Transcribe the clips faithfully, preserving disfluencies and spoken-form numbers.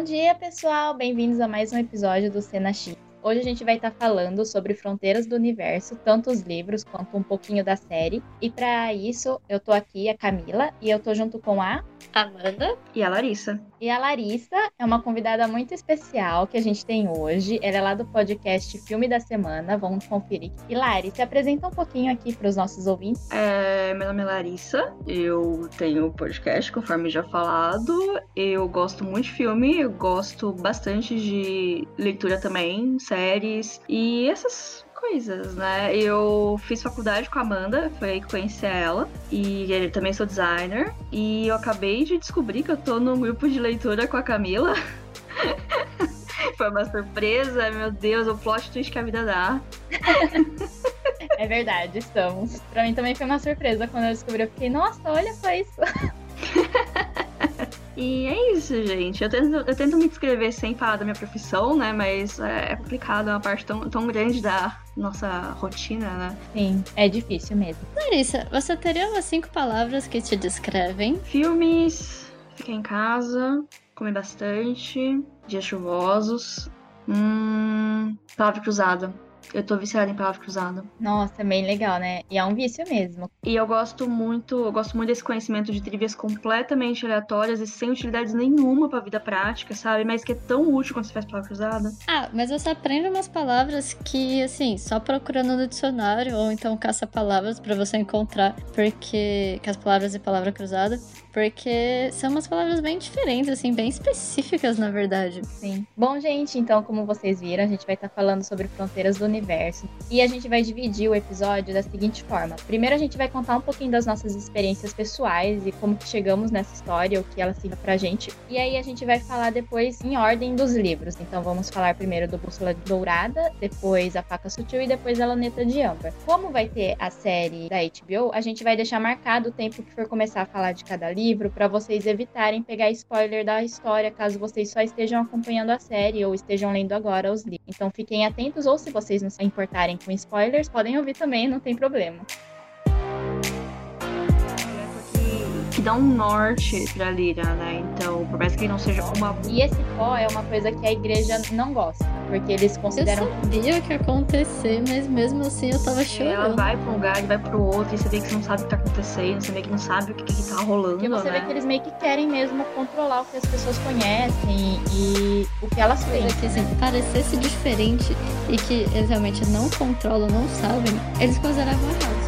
dia, pessoal! Bem-vindos a mais um episódio do Cena X. Hoje a gente vai estar falando sobre Fronteiras do Universo, tanto os livros quanto um pouquinho da série. E para isso, eu tô aqui, a Camila, e eu tô junto com a Amanda e a Larissa. E a Larissa é uma convidada muito especial que a gente tem hoje. Ela é lá do podcast Filme da Semana. Vamos conferir. E Lari, se apresenta um pouquinho aqui para os nossos ouvintes. É, meu nome é Larissa. Eu tenho podcast, conforme já falado. Eu gosto muito de filme. Eu gosto bastante de leitura também, séries e essas coisas, né? Eu fiz faculdade com a Amanda, foi aí que conheci ela. E eu também sou designer. E eu acabei de descobrir que eu tô num grupo de leitura com a Camila. Foi uma surpresa, meu Deus, o plot twist que a vida dá. É verdade, estamos. Pra mim também foi uma surpresa quando eu descobri. Eu fiquei, nossa, olha só isso. E é isso, gente. Eu tento, eu tento me descrever sem falar da minha profissão, né? Mas é complicado, é uma parte tão, tão grande da nossa rotina, né? Sim, é difícil mesmo. Larissa, você teria umas cinco palavras que te descrevem? Filmes, ficar em casa, comer bastante, dias chuvosos, hum, palavra cruzada. Eu tô viciada em palavra cruzada. Nossa, é bem legal, né? E é um vício mesmo. E eu gosto muito, eu gosto muito desse conhecimento de trivias completamente aleatórias e sem utilidade nenhuma pra vida prática, sabe? Mas que é tão útil quando você faz palavra cruzada. Ah, mas você aprende umas palavras que, assim, só procurando no dicionário ou então caça-palavras pra você encontrar, porque... caça-palavras e palavra cruzada, porque são umas palavras bem diferentes, assim, bem específicas, na verdade. Sim. Bom, gente, então, como vocês viram, a gente vai estar falando sobre Fronteiras do Universo. E a gente vai dividir o episódio da seguinte forma. Primeiro a gente vai contar um pouquinho das nossas experiências pessoais e como que chegamos nessa história, o que ela significa pra gente. E aí a gente vai falar depois em ordem dos livros. Então vamos falar primeiro do Bússola Dourada, depois A Faca Sutil e depois A Luneta de Âmbar. Como vai ter a série da H B O, a gente vai deixar marcado o tempo que for começar a falar de cada livro para vocês evitarem pegar spoiler da história, caso vocês só estejam acompanhando a série ou estejam lendo agora os livros. Então fiquem atentos, ou se vocês não se importarem com spoilers, podem ouvir também, não tem problema. Que dá um norte pra Lyra, né? Então, por mais que não seja uma... E esse pó é uma coisa que a igreja não gosta, porque eles consideram... Eu sabia o que ia acontecer, mas mesmo assim eu tava chorando. Ela vai pra um lugar e vai pro outro, e você vê que você não sabe o que tá acontecendo, você vê que não sabe o que, que tá rolando, Porque você né? vê que eles meio que querem mesmo controlar o que as pessoas conhecem e o que elas Coisa pensam. que, assim, parecesse diferente e que eles realmente não controlam, não sabem, eles consideravam errado.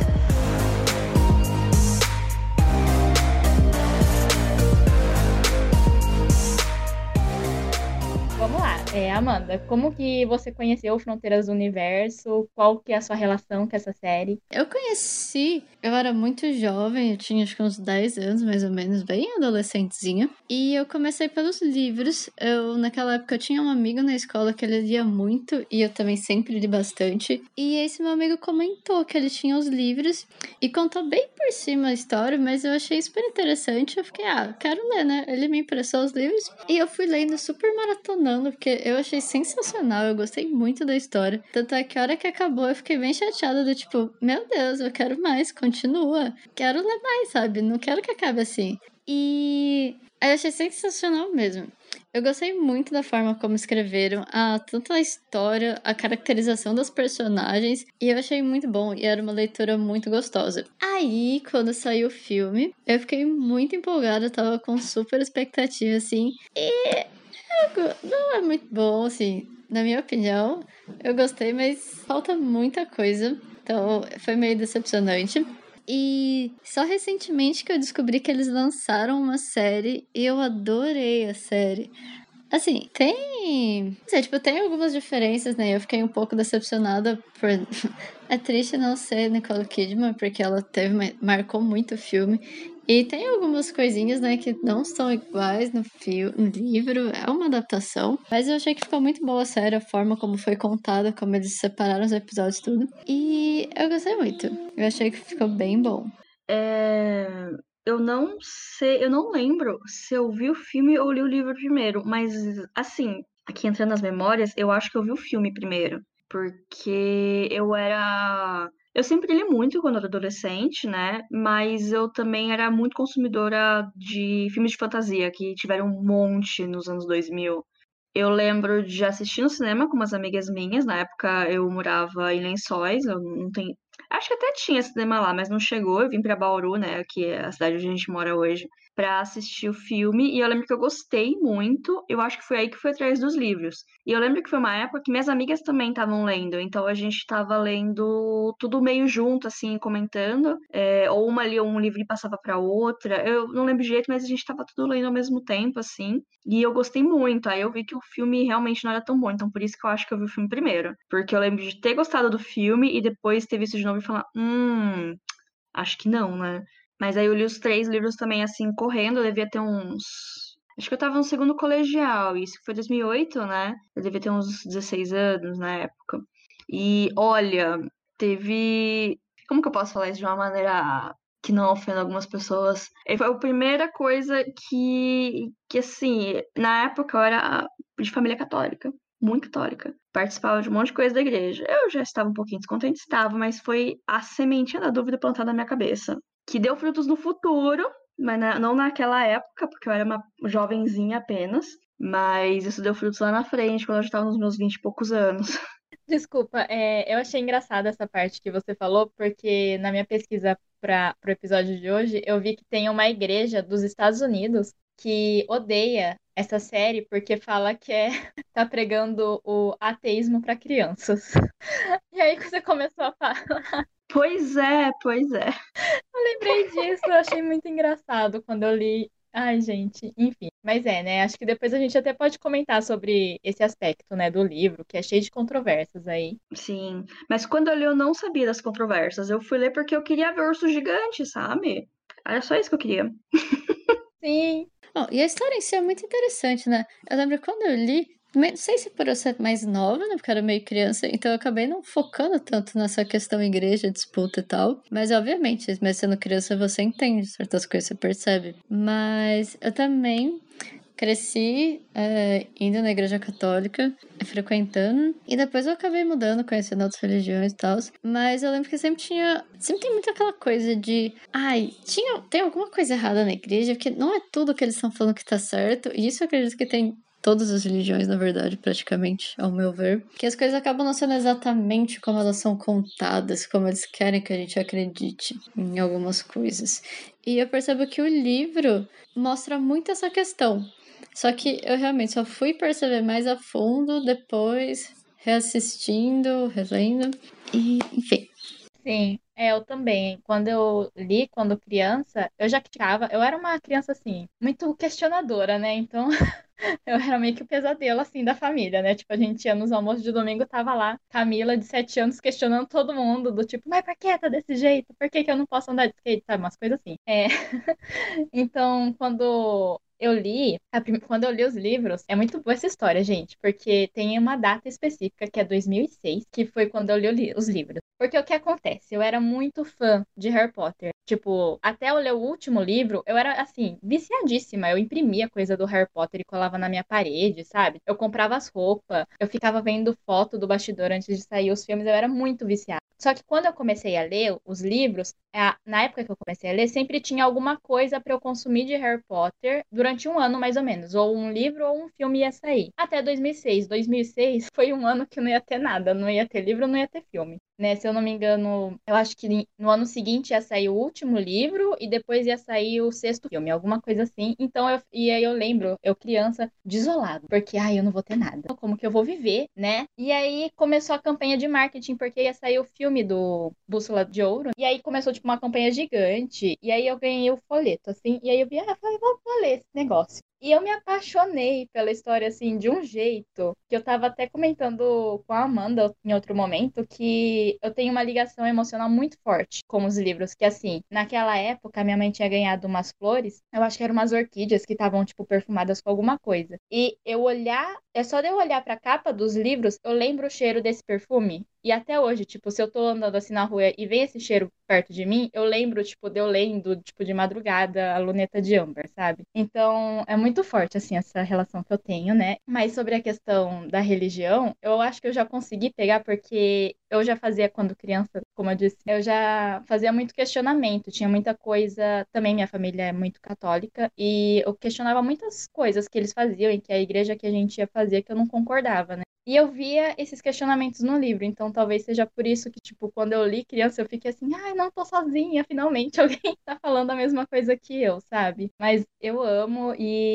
Vamos lá, é, Amanda, como que você conheceu Fronteiras do Universo? Qual que é a sua relação com essa série? Eu conheci, eu era muito jovem, eu tinha acho que uns dez anos, mais ou menos, bem adolescentezinha. E eu comecei pelos livros. Eu, naquela época, eu tinha um amigo na escola que ele lia muito, e eu também sempre li bastante. E esse meu amigo comentou que ele tinha os livros e contou bem por cima a história, mas eu achei super interessante. Eu fiquei, ah, quero ler, né? Ele me emprestou os livros e eu fui lendo super maratonando, porque eu achei sensacional, eu gostei muito da história. Tanto é que a hora que acabou, eu fiquei bem chateada do tipo, meu Deus, eu quero mais, continua. Quero ler mais, sabe? Não quero que acabe assim. E eu achei sensacional mesmo. Eu gostei muito da forma como escreveram, a, tanto a história, a caracterização dos personagens, e eu achei muito bom, e era uma leitura muito gostosa. Aí, quando saiu o filme, eu fiquei muito empolgada, eu tava com super expectativa, assim, e não é muito bom, assim, na minha opinião. Eu gostei, mas falta muita coisa, então foi meio decepcionante. E só recentemente que eu descobri que eles lançaram uma série e eu adorei a série. Assim, tem... Não sei, tipo, tem algumas diferenças, né? Eu fiquei um pouco decepcionada por... É triste não ser Nicole Kidman, porque ela teve, marcou muito o filme. E tem algumas coisinhas, né, que não são iguais no, fio, no livro. É uma adaptação. Mas eu achei que ficou muito boa a série, a forma como foi contada, como eles separaram os episódios, tudo. E eu gostei muito. Eu achei que ficou bem bom. É... Eu não sei, eu não lembro se eu vi o filme ou li o livro primeiro, mas assim, aqui entrando nas memórias, eu acho que eu vi o filme primeiro, porque eu era... Eu sempre li muito quando era adolescente, né? Mas eu também era muito consumidora de filmes de fantasia, que tiveram um monte nos anos dois mil. Eu lembro de assistir no cinema com umas amigas minhas. Na época eu morava em Lençóis, eu não tenho. Acho que até tinha cinema lá, mas não chegou. Eu vim pra Bauru, né? Que é a cidade onde a gente mora hoje, pra assistir o filme. E eu lembro que eu gostei muito. Eu acho que foi aí que fui atrás dos livros. E eu lembro que foi uma época que minhas amigas também estavam lendo. Então a gente tava lendo tudo meio junto, assim, comentando. É, ou uma lia um livro e passava pra outra. Eu não lembro direito, mas a gente tava tudo lendo ao mesmo tempo, assim. E eu gostei muito. Aí eu vi que o filme realmente não era tão bom. Então por isso que eu acho que eu vi o filme primeiro. Porque eu lembro de ter gostado do filme e depois ter visto de novo e falar: hum, acho que não, né? Mas aí eu li os três livros também, assim, correndo. Eu devia ter uns. Acho que eu tava no segundo colegial. Isso foi dois mil e oito, né? Eu devia ter uns dezesseis anos na época. E olha, teve. Como que eu posso falar isso de uma maneira que não ofenda algumas pessoas? E foi a primeira coisa que, que, assim, na época eu era de família católica, muito católica. Participava de um monte de coisa da igreja. Eu já estava um pouquinho descontente, estava, mas foi a sementinha da dúvida plantada na minha cabeça. Que deu frutos no futuro, mas na- não naquela época, porque eu era uma jovenzinha apenas. Mas isso deu frutos lá na frente, quando eu já estava nos meus vinte e poucos anos. Desculpa, é, eu achei engraçada essa parte que você falou, porque na minha pesquisa para o episódio de hoje, eu vi que tem uma igreja dos Estados Unidos que odeia essa série porque fala que é tá pregando o ateísmo para crianças. E aí que você começou a falar, Pois é, pois é. eu lembrei disso, eu achei muito engraçado quando eu li. Ai, gente, enfim. Mas é, né? Acho que depois a gente até pode comentar sobre esse aspecto, né, do livro, que é cheio de controvérsias aí. Sim. Mas quando eu li, eu não sabia das controvérsias. Eu fui ler porque eu queria ver urso gigante, sabe? Era só isso que eu queria. Sim, Bom, e a história em si é muito interessante, né? Eu lembro quando eu li, não sei se por eu ser mais nova, né? Porque eu era meio criança, então eu acabei não focando tanto nessa questão igreja, disputa e tal. Mas, obviamente, mesmo sendo criança, você entende certas coisas, você percebe. Mas eu também cresci é, indo na igreja católica, frequentando, e depois eu acabei mudando, conhecendo outras religiões e tal. Mas eu lembro que sempre tinha. Sempre tem muito aquela coisa de. Ai, tinha, tem alguma coisa errada na igreja, porque não é tudo que eles estão falando que tá certo. E isso eu acredito que tem todas as religiões, na verdade, praticamente, ao meu ver. Que as coisas acabam não sendo exatamente como elas são contadas, como eles querem que a gente acredite em algumas coisas. E eu percebo que o livro mostra muito essa questão. Só que eu realmente só fui perceber mais a fundo depois, reassistindo, relendo, e enfim. sim, é, eu também. Quando eu li, quando criança, eu já criticava. Eu era uma criança, assim, muito questionadora, né? Então, eu era meio que o pesadelo, assim, da família, né? Tipo, a gente ia nos almoços de domingo, tava lá, Camila, de sete anos, questionando todo mundo, do tipo, mas por que tá desse jeito? Por que que eu não posso andar de skate? Sabe, umas coisas assim. É. Então, quando eu li, a prim- quando eu li os livros, é muito boa essa história, gente, porque tem uma data específica, que é dois mil e seis, que foi quando eu li o li- os livros. Porque o que acontece? Eu era muito fã de Harry Potter. Tipo, até eu ler o último livro, eu era, assim, viciadíssima. Eu imprimia coisa do Harry Potter e colava na minha parede, sabe? Eu comprava as roupas, eu ficava vendo foto do bastidor antes de sair os filmes, eu era muito viciada. Só que quando eu comecei a ler os livros, a- na época que eu comecei a ler, sempre tinha alguma coisa para eu consumir de Harry Potter durante um ano, mais ou menos. Ou um livro ou um filme ia sair. Até dois mil e seis. dois mil e seis foi um ano que não ia ter nada. Não ia ter livro, não ia ter filme. Né? Se eu não me engano, eu acho que no ano seguinte ia sair o último livro e depois ia sair o sexto filme, alguma coisa assim. Então, eu, e aí eu lembro, eu criança, desolado, porque, ai, eu não vou ter nada. Como que eu vou viver, né? E aí começou a campanha de marketing, porque ia sair o filme do Bússola de Ouro. E aí começou, tipo, uma campanha gigante. E aí eu ganhei o folheto, assim. E aí eu vi, ah, falei, vou, vou ler esse negócio. E eu me apaixonei pela história, assim, de um jeito que eu tava até comentando com a Amanda em outro momento, que eu tenho uma ligação emocional muito forte com os livros, que assim, naquela época minha mãe tinha ganhado umas flores, eu acho que eram umas orquídeas que estavam, tipo, perfumadas com alguma coisa. E eu olhar, é só de eu olhar pra capa dos livros, eu lembro o cheiro desse perfume. E até hoje, tipo, se eu tô andando assim na rua e vem esse cheiro perto de mim, eu lembro, tipo, de eu lendo, tipo, de madrugada, a Luneta de Amber, sabe? Então, é muito forte, assim, essa relação que eu tenho, né? Mas sobre a questão da religião, eu acho que eu já consegui pegar porque eu já fazia quando criança, como eu disse, eu já fazia muito questionamento, tinha muita coisa, também minha família é muito católica, e eu questionava muitas coisas que eles faziam e que a igreja que a gente ia fazer que eu não concordava, né? E eu via esses questionamentos no livro, então talvez seja por isso que, tipo, quando eu li criança, eu fiquei assim, ai, não tô sozinha, finalmente alguém tá falando a mesma coisa que eu, sabe? Mas eu amo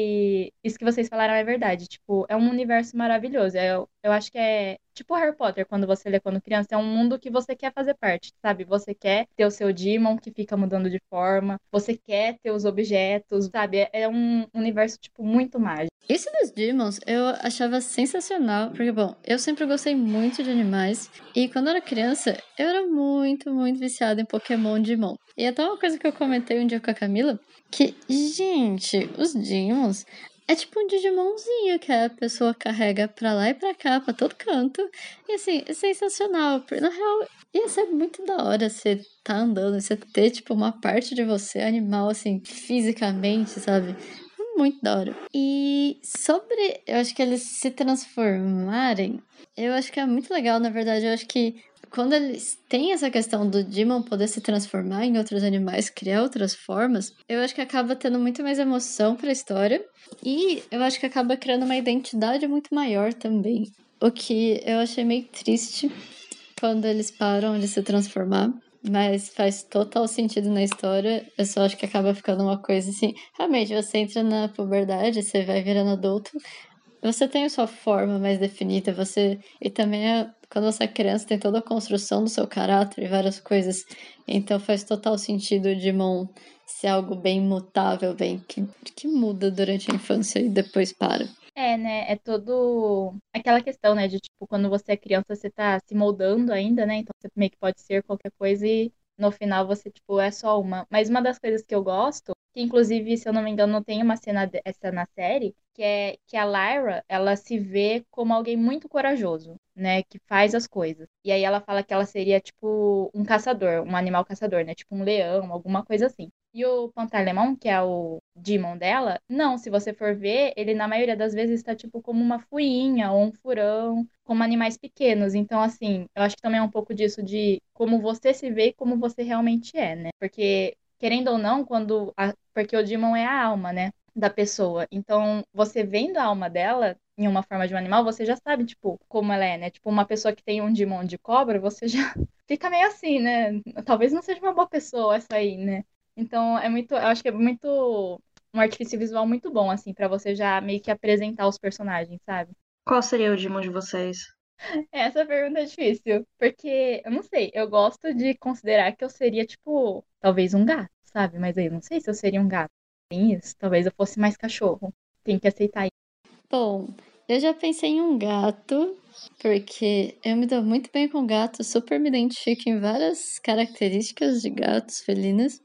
e isso que vocês falaram é verdade, tipo, é um universo maravilhoso. Eu, eu acho que é tipo Harry Potter, quando você lê quando criança, é um mundo que você quer fazer parte, sabe? Você quer ter o seu Demon que fica mudando de forma, você quer ter os objetos, sabe? É, é um universo, tipo, muito mágico. Isso dos Demons eu achava sensacional, porque, bom, eu sempre gostei muito de animais, e quando eu era criança, eu era muito, muito viciada em Pokémon Digimon. E até uma coisa que eu comentei um dia com a Camila, que, gente, os Demons é tipo um Digimonzinho que a pessoa carrega pra lá e pra cá, pra todo canto, e assim, é sensacional, porque na real ia ser muito da hora você tá andando, você ter, tipo, uma parte de você animal, assim, fisicamente, sabe? Muito da hora. E sobre, eu acho que eles se transformarem, eu acho que é muito legal, na verdade, eu acho que quando eles têm essa questão do Demon poder se transformar em outros animais, criar outras formas, eu acho que acaba tendo muito mais emoção pra história e eu acho que acaba criando uma identidade muito maior também. O que eu achei meio triste quando eles param de se transformar. Mas faz total sentido na história. Eu só acho que acaba ficando uma coisa assim. Realmente, você entra na puberdade, você vai virando adulto. Você tem a sua forma mais definida. Você E também, é, quando você é criança, tem toda a construção do seu caráter e várias coisas. Então faz total sentido o Digimon ser algo bem mutável, bem que, que muda durante a infância e depois para. É, né? É todo aquela questão, né? De tipo, quando você é criança, você tá se moldando ainda, né? Então você meio que pode ser qualquer coisa e no final você, tipo, é só uma. Mas uma das coisas que eu gosto, que inclusive, se eu não me engano, tem uma cena dessa na série, que é que a Lyra, ela se vê como alguém muito corajoso, né? Que faz as coisas. E aí ela fala que ela seria, tipo, um caçador, um animal caçador, né? Tipo um leão, alguma coisa assim. E o Pantalemon, que é o Demon dela, não, se você for ver, ele na maioria das vezes está tipo como uma fuinha ou um furão, como animais pequenos. Então, assim, eu acho que também é um pouco disso de como você se vê e como você realmente é, né? Porque, querendo ou não, quando. A... Porque o Demon é a alma, né? Da pessoa. Então, você vendo a alma dela em uma forma de um animal, você já sabe, tipo, como ela é, né? Tipo, uma pessoa que tem um Demon de cobra, você já fica meio assim, né? Talvez não seja uma boa pessoa essa aí, né? Então, é muito, eu acho que é muito um artifício visual muito bom, assim, pra você já meio que apresentar os personagens, sabe? Qual seria o Digimon de vocês? Essa pergunta é difícil, porque eu não sei, eu gosto de considerar que eu seria, tipo, talvez um gato, sabe? Mas aí eu não sei se eu seria um gato. Tem isso, talvez eu fosse mais cachorro. Tem que aceitar isso. Bom, eu já pensei em um gato, porque eu me dou muito bem com gato, super me identifico em várias características de gatos felinos,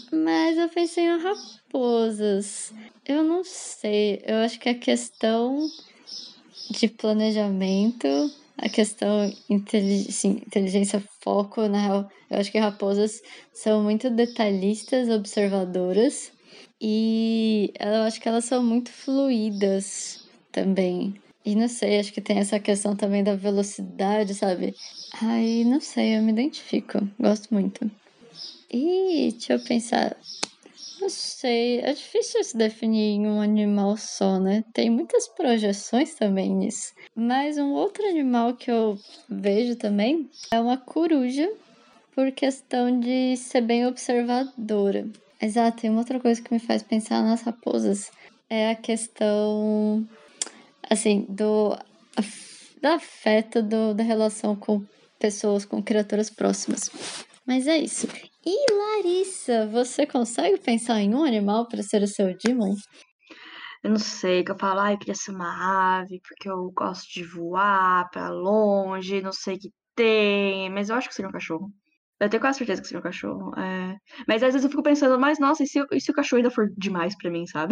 mas eu pensei em raposas. Eu não sei, eu acho que a questão de planejamento, a questão intelig sim, inteligência, foco, na real, eu acho que raposas são muito detalhistas, observadoras, e eu acho que elas são muito fluídas também. E não sei, acho que tem essa questão também da velocidade, sabe? Ai, não sei, eu me identifico. Gosto muito. E deixa eu pensar. Não sei, é difícil se definir em um animal só, né? Tem muitas projeções também nisso. Mas um outro animal que eu vejo também é uma coruja, por questão de ser bem observadora. Exato, tem uma outra coisa que me faz pensar nas raposas. É a questão, assim, do, do afeto, do, da relação com pessoas, com criaturas próximas. Mas é isso. E Larissa, você consegue pensar em um animal para ser o seu Digimon? Eu não sei, que eu falo, ah, eu queria ser uma ave, porque eu gosto de voar pra longe, não sei o que tem, mas eu acho que seria um cachorro. Eu tenho quase certeza que seria um cachorro. É... Mas às vezes eu fico pensando, mas nossa, e se, e se o cachorro ainda for demais pra mim, sabe?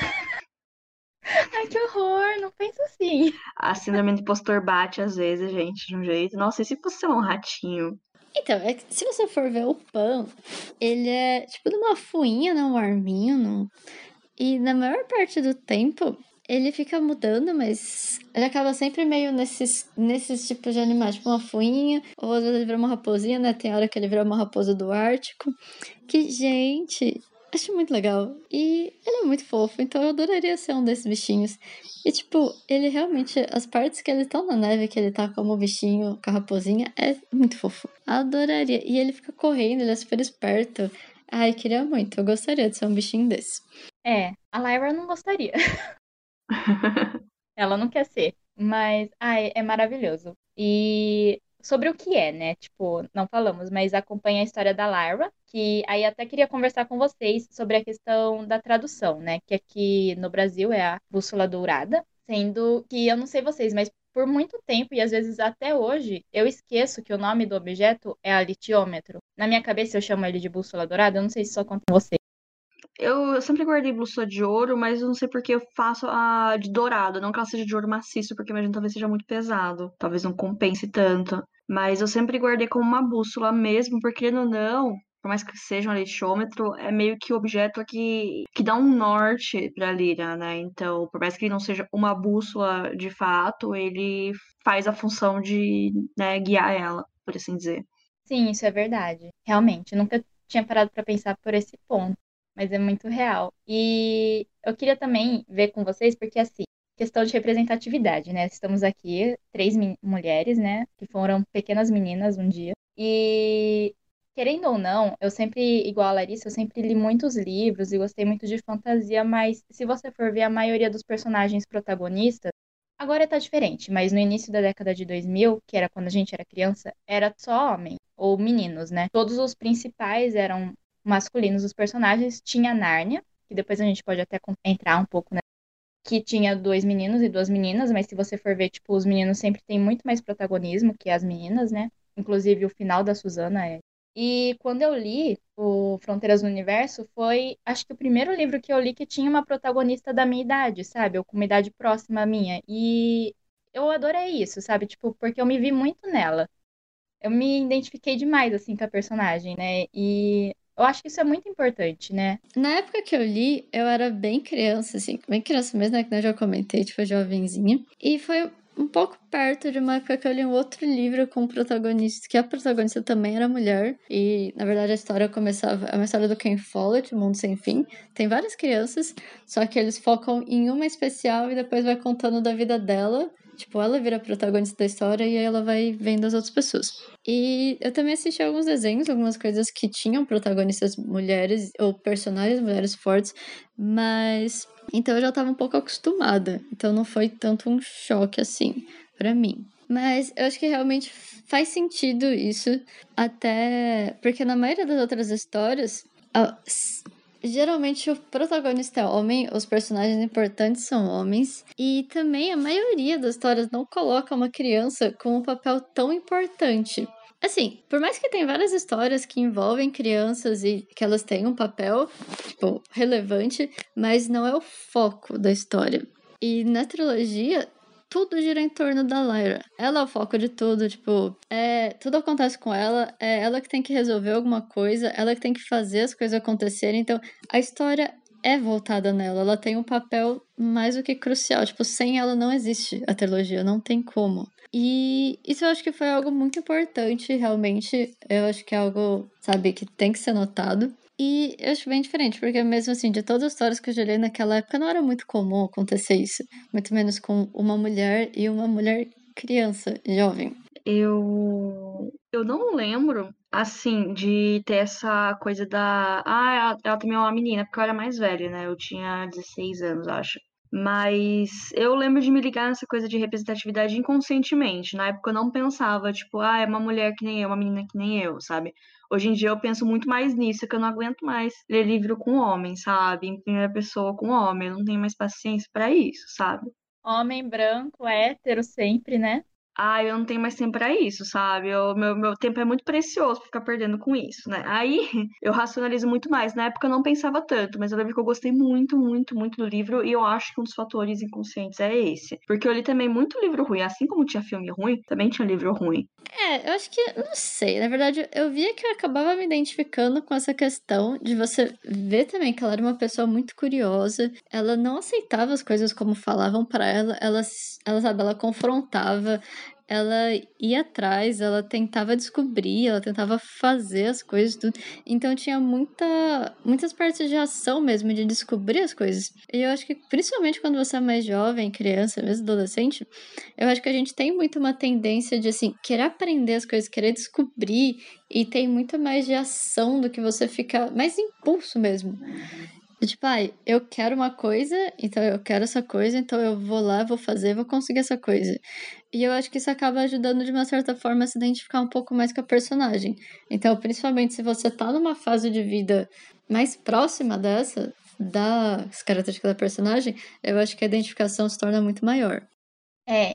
Ai, que horror, não pensa assim. A síndrome do impostor bate às vezes, gente, de um jeito. Nossa, e se fosse um ratinho? Então, é que se você for ver o Pan, ele é tipo de uma fuinha, né? Um arminho, não. E na maior parte do tempo, ele fica mudando, mas ele acaba sempre meio nesses, nesses tipos de animais, tipo uma fuinha, ou às vezes ele vira uma raposinha, né? Tem hora que ele vira uma raposa do Ártico. Que, gente, acho muito legal. E ele é muito fofo, então eu adoraria ser um desses bichinhos. E, tipo, ele realmente, as partes que ele tá na neve, que ele tá como bichinho, com a raposinha, é muito fofo. Adoraria. E ele fica correndo, ele é super esperto. Ai, queria muito. Eu gostaria de ser um bichinho desse. É, a Lyra não gostaria. Ela não quer ser. Mas, ai, é maravilhoso. E sobre o que é, né? Tipo, não falamos, mas acompanha a história da Lyra, que aí até queria conversar com vocês sobre a questão da tradução, né? Que aqui no Brasil é a Bússola Dourada, sendo que eu não sei vocês, mas por muito tempo, e às vezes até hoje, eu esqueço que o nome do objeto é a litiômetro. Na minha cabeça eu chamo ele de bússola dourada, eu não sei se isso acontece com você. Eu, eu sempre guardei bússola de ouro, mas eu não sei porque eu faço a de dourado. Não que ela seja de ouro maciço, porque imagino talvez seja muito pesado. Talvez não compense tanto. Mas eu sempre guardei como uma bússola mesmo, porque querendo ou não, por mais que seja um leixômetro, é meio que o objeto que, que dá um norte pra Lyra, né? Então, por mais que ele não seja uma bússola de fato, ele faz a função de, né, guiar ela, por assim dizer. Sim, isso é verdade. Realmente, eu nunca tinha parado para pensar por esse ponto, mas é muito real. E eu queria também ver com vocês, porque assim, questão de representatividade, né? Estamos aqui, três mi- mulheres, né? Que foram pequenas meninas um dia. E querendo ou não, eu sempre, igual a Larissa, eu sempre li muitos livros e gostei muito de fantasia, mas se você for ver a maioria dos personagens protagonistas, agora tá diferente, mas no início da década de dois mil, que era quando a gente era criança, era só homem ou meninos, né? Todos os principais eram masculinos, os personagens. Tinha Nárnia, que depois a gente pode até con- entrar um pouco, né? Que tinha dois meninos e duas meninas, mas se você for ver, tipo, os meninos sempre têm muito mais protagonismo que as meninas, né? Inclusive o final da Susana é. E quando eu li o Fronteiras do Universo, foi, acho que o primeiro livro que eu li que tinha uma protagonista da minha idade, sabe? Ou com uma idade próxima à minha. E eu adorei isso, sabe? Tipo, porque eu me vi muito nela. Eu me identifiquei demais, assim, com a personagem, né? E eu acho que isso é muito importante, né? Na época que eu li, eu era bem criança, assim, bem criança mesmo, né? Que eu já comentei, tipo, jovenzinha. E foi um pouco perto de uma época que eu li um outro livro com o protagonista, que a protagonista também era mulher. E, na verdade, a história começava... É uma história do Ken Follett, O Mundo Sem Fim. Tem várias crianças, só que eles focam em uma especial e depois vai contando da vida dela. Tipo, ela vira a protagonista da história e aí ela vai vendo as outras pessoas. E eu também assisti alguns desenhos, algumas coisas que tinham protagonistas mulheres ou personagens mulheres fortes, mas então eu já estava um pouco acostumada, então não foi tanto um choque assim pra mim. Mas eu acho que realmente faz sentido isso, até porque na maioria das outras histórias, ah, s- geralmente o protagonista é homem, os personagens importantes são homens, e também a maioria das histórias não coloca uma criança com um papel tão importante. Assim, por mais que tenha várias histórias que envolvem crianças e que elas têm um papel, tipo, relevante, mas não é o foco da história. E na trilogia, tudo gira em torno da Lyra. Ela é o foco de tudo, tipo, é, tudo acontece com ela, é ela que tem que resolver alguma coisa, ela que tem que fazer as coisas acontecerem, então a história é voltada nela, ela tem um papel mais do que crucial, tipo, sem ela não existe a trilogia, não tem como. E isso eu acho que foi algo muito importante, realmente. Eu acho que é algo, sabe, que tem que ser notado. E eu acho bem diferente, porque mesmo assim, de todas as histórias que eu já li naquela época, não era muito comum acontecer isso. Muito menos com uma mulher e uma mulher criança, jovem. Eu, eu não lembro, assim, de ter essa coisa da. Ah, ela, ela também é uma menina, porque eu era mais velha, né? Eu tinha dezesseis anos, acho. Mas eu lembro de me ligar nessa coisa de representatividade inconscientemente. Na época eu não pensava, tipo, ah, é uma mulher que nem eu, uma menina que nem eu, sabe? Hoje em dia eu penso muito mais nisso, que eu não aguento mais ler livro com homem, sabe? Em primeira pessoa com homem. Eu não tenho mais paciência pra isso, sabe? Homem branco, hétero sempre, né? ah, eu não tenho mais tempo pra isso, sabe? Eu, meu, meu tempo é muito precioso pra ficar perdendo com isso, né? Aí eu racionalizo muito mais. Na época eu não pensava tanto, mas eu lembro que eu gostei muito, muito, muito do livro e eu acho que um dos fatores inconscientes é esse. Porque eu li também muito livro ruim, assim como tinha filme ruim, também tinha livro ruim. É, eu acho que, não sei, na verdade, eu via que eu acabava me identificando com essa questão de você ver também que ela era uma pessoa muito curiosa, ela não aceitava as coisas como falavam pra ela, ela, ela sabe, ela confrontava, ela ia atrás, ela tentava descobrir, ela tentava fazer as coisas, tudo. Então tinha muita, muitas partes de ação mesmo, de descobrir as coisas. E eu acho que, principalmente quando você é mais jovem, criança, mesmo adolescente, eu acho que a gente tem muito uma tendência de, assim, querer aprender as coisas, querer descobrir, e tem muito mais de ação do que você fica, mais impulso mesmo. Tipo, ai, ah, eu quero uma coisa, então eu quero essa coisa, então eu vou lá, vou fazer, vou conseguir essa coisa. E eu acho que isso acaba ajudando, de uma certa forma, a se identificar um pouco mais com a personagem. Então, principalmente se você tá numa fase de vida mais próxima dessa, das características da personagem, eu acho que a identificação se torna muito maior. É,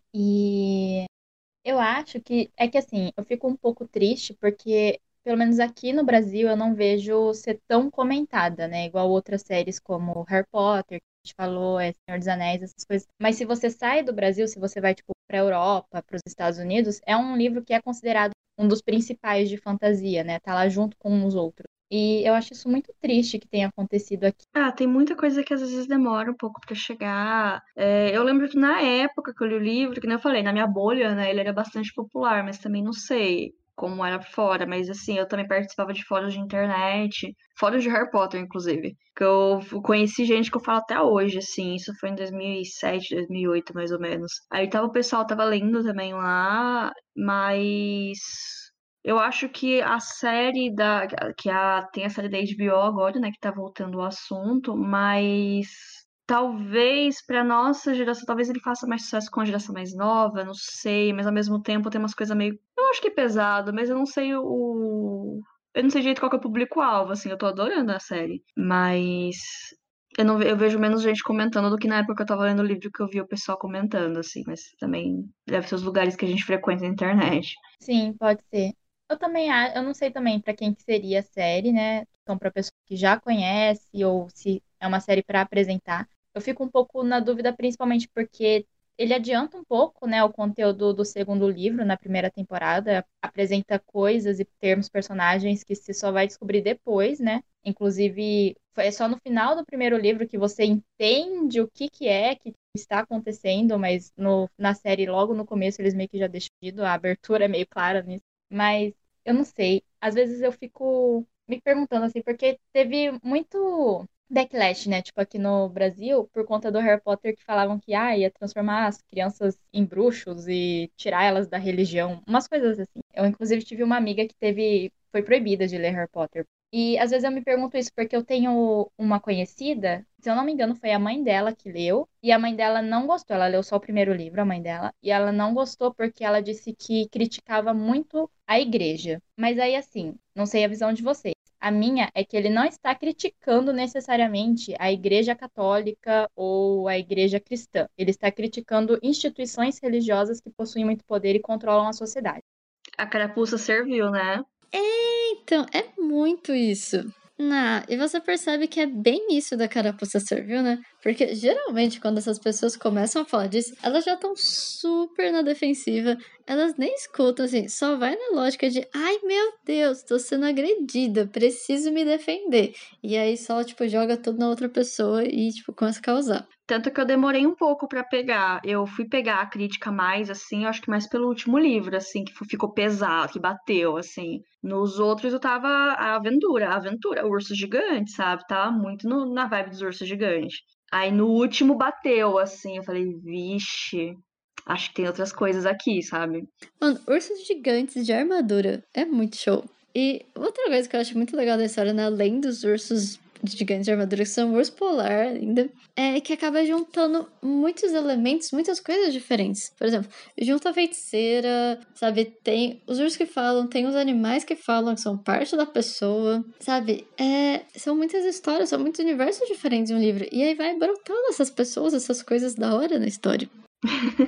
e eu acho que é que assim, eu fico um pouco triste porque, pelo menos aqui no Brasil, eu não vejo ser tão comentada, né? Igual outras séries como Harry Potter, que a gente falou, é Senhor dos Anéis, essas coisas. Mas se você sai do Brasil, se você vai, tipo, pra Europa, pros Estados Unidos, é um livro que é considerado um dos principais de fantasia, né? Tá lá junto com os outros. E eu acho isso muito triste que tenha acontecido aqui. Ah, tem muita coisa que às vezes demora um pouco pra chegar. É, eu lembro que na época que eu li o livro, que nem eu falei, na minha bolha, né, ele era bastante popular, mas também não sei como era fora, mas assim, eu também participava de fóruns de internet, fóruns de Harry Potter, inclusive, que eu conheci gente que eu falo até hoje, assim, isso foi em dois mil e sete, dois mil e oito, mais ou menos. Aí tava o pessoal tava lendo também lá, mas eu acho que a série da. Que a, tem a série da H B O agora, né? Que tá voltando o assunto, mas talvez pra nossa geração, talvez ele faça mais sucesso com a geração mais nova, não sei, mas ao mesmo tempo tem umas coisas meio. Eu acho que é pesado, mas eu não sei o. Eu não sei direito qual que é o público-alvo, assim, eu tô adorando a série. Mas eu, não, eu vejo menos gente comentando do que na época que eu tava lendo o livro que eu vi o pessoal comentando, assim, mas também deve ser os lugares que a gente frequenta na internet. Sim, pode ser. Eu também, a- eu não sei também pra quem que seria a série, né? Então, pra pessoa que já conhece ou se é uma série pra apresentar. Eu fico um pouco na dúvida, principalmente porque ele adianta um pouco, né, o conteúdo do segundo livro na primeira temporada, apresenta coisas e termos, personagens que você só vai descobrir depois, né? Inclusive, é só no final do primeiro livro que você entende o que que é que está acontecendo, mas no, na série, logo no começo, eles meio que já deixam ido, a abertura é meio clara nisso. Mas eu não sei. Às vezes eu fico me perguntando assim, porque teve muito backlash, né? Tipo, aqui no Brasil, por conta do Harry Potter, que falavam que ah, ia transformar as crianças em bruxos e tirar elas da religião. Umas coisas assim. Eu, inclusive, tive uma amiga que teve. Foi proibida de ler Harry Potter. E às vezes eu me pergunto isso porque eu tenho uma conhecida, se eu não me engano, foi a mãe dela que leu, e a mãe dela não gostou. Ela leu só o primeiro livro, a mãe dela, e ela não gostou porque ela disse que criticava muito a igreja. Mas aí, assim, não sei a visão de vocês. A minha é que ele não está criticando necessariamente a igreja católica ou a igreja cristã. Ele está criticando instituições religiosas que possuem muito poder e controlam a sociedade. A carapuça serviu, né? Então, é muito isso. Na, e você percebe que é bem isso da carapuça serviu, né? Porque geralmente quando essas pessoas começam a falar disso, elas já estão super na defensiva, elas nem escutam, assim, só vai na lógica de ai meu Deus, tô sendo agredida, preciso me defender. E aí só, tipo, joga tudo na outra pessoa e, tipo, começa a causar. Tanto que eu demorei um pouco pra pegar. Eu fui pegar a crítica mais, assim, eu acho que mais pelo último livro, assim, que ficou pesado, que bateu, assim. Nos outros eu tava a aventura, a aventura, o urso gigante, sabe? Tava muito no- na vibe dos ursos gigantes. Aí no último bateu, assim, eu falei, vixe, acho que tem outras coisas aqui, sabe? Mano, ursos gigantes de armadura é muito show. E outra coisa que eu acho muito legal da história, né, além dos ursos gigantes de armadura, que são urso polar ainda, é que acaba juntando muitos elementos, muitas coisas diferentes. Por exemplo, junta a feiticeira, sabe? Tem os ursos que falam, tem os animais que falam, que são parte da pessoa, sabe? É, são muitas histórias, são muitos universos diferentes em um livro. E aí vai brotando essas pessoas, essas coisas da hora na história.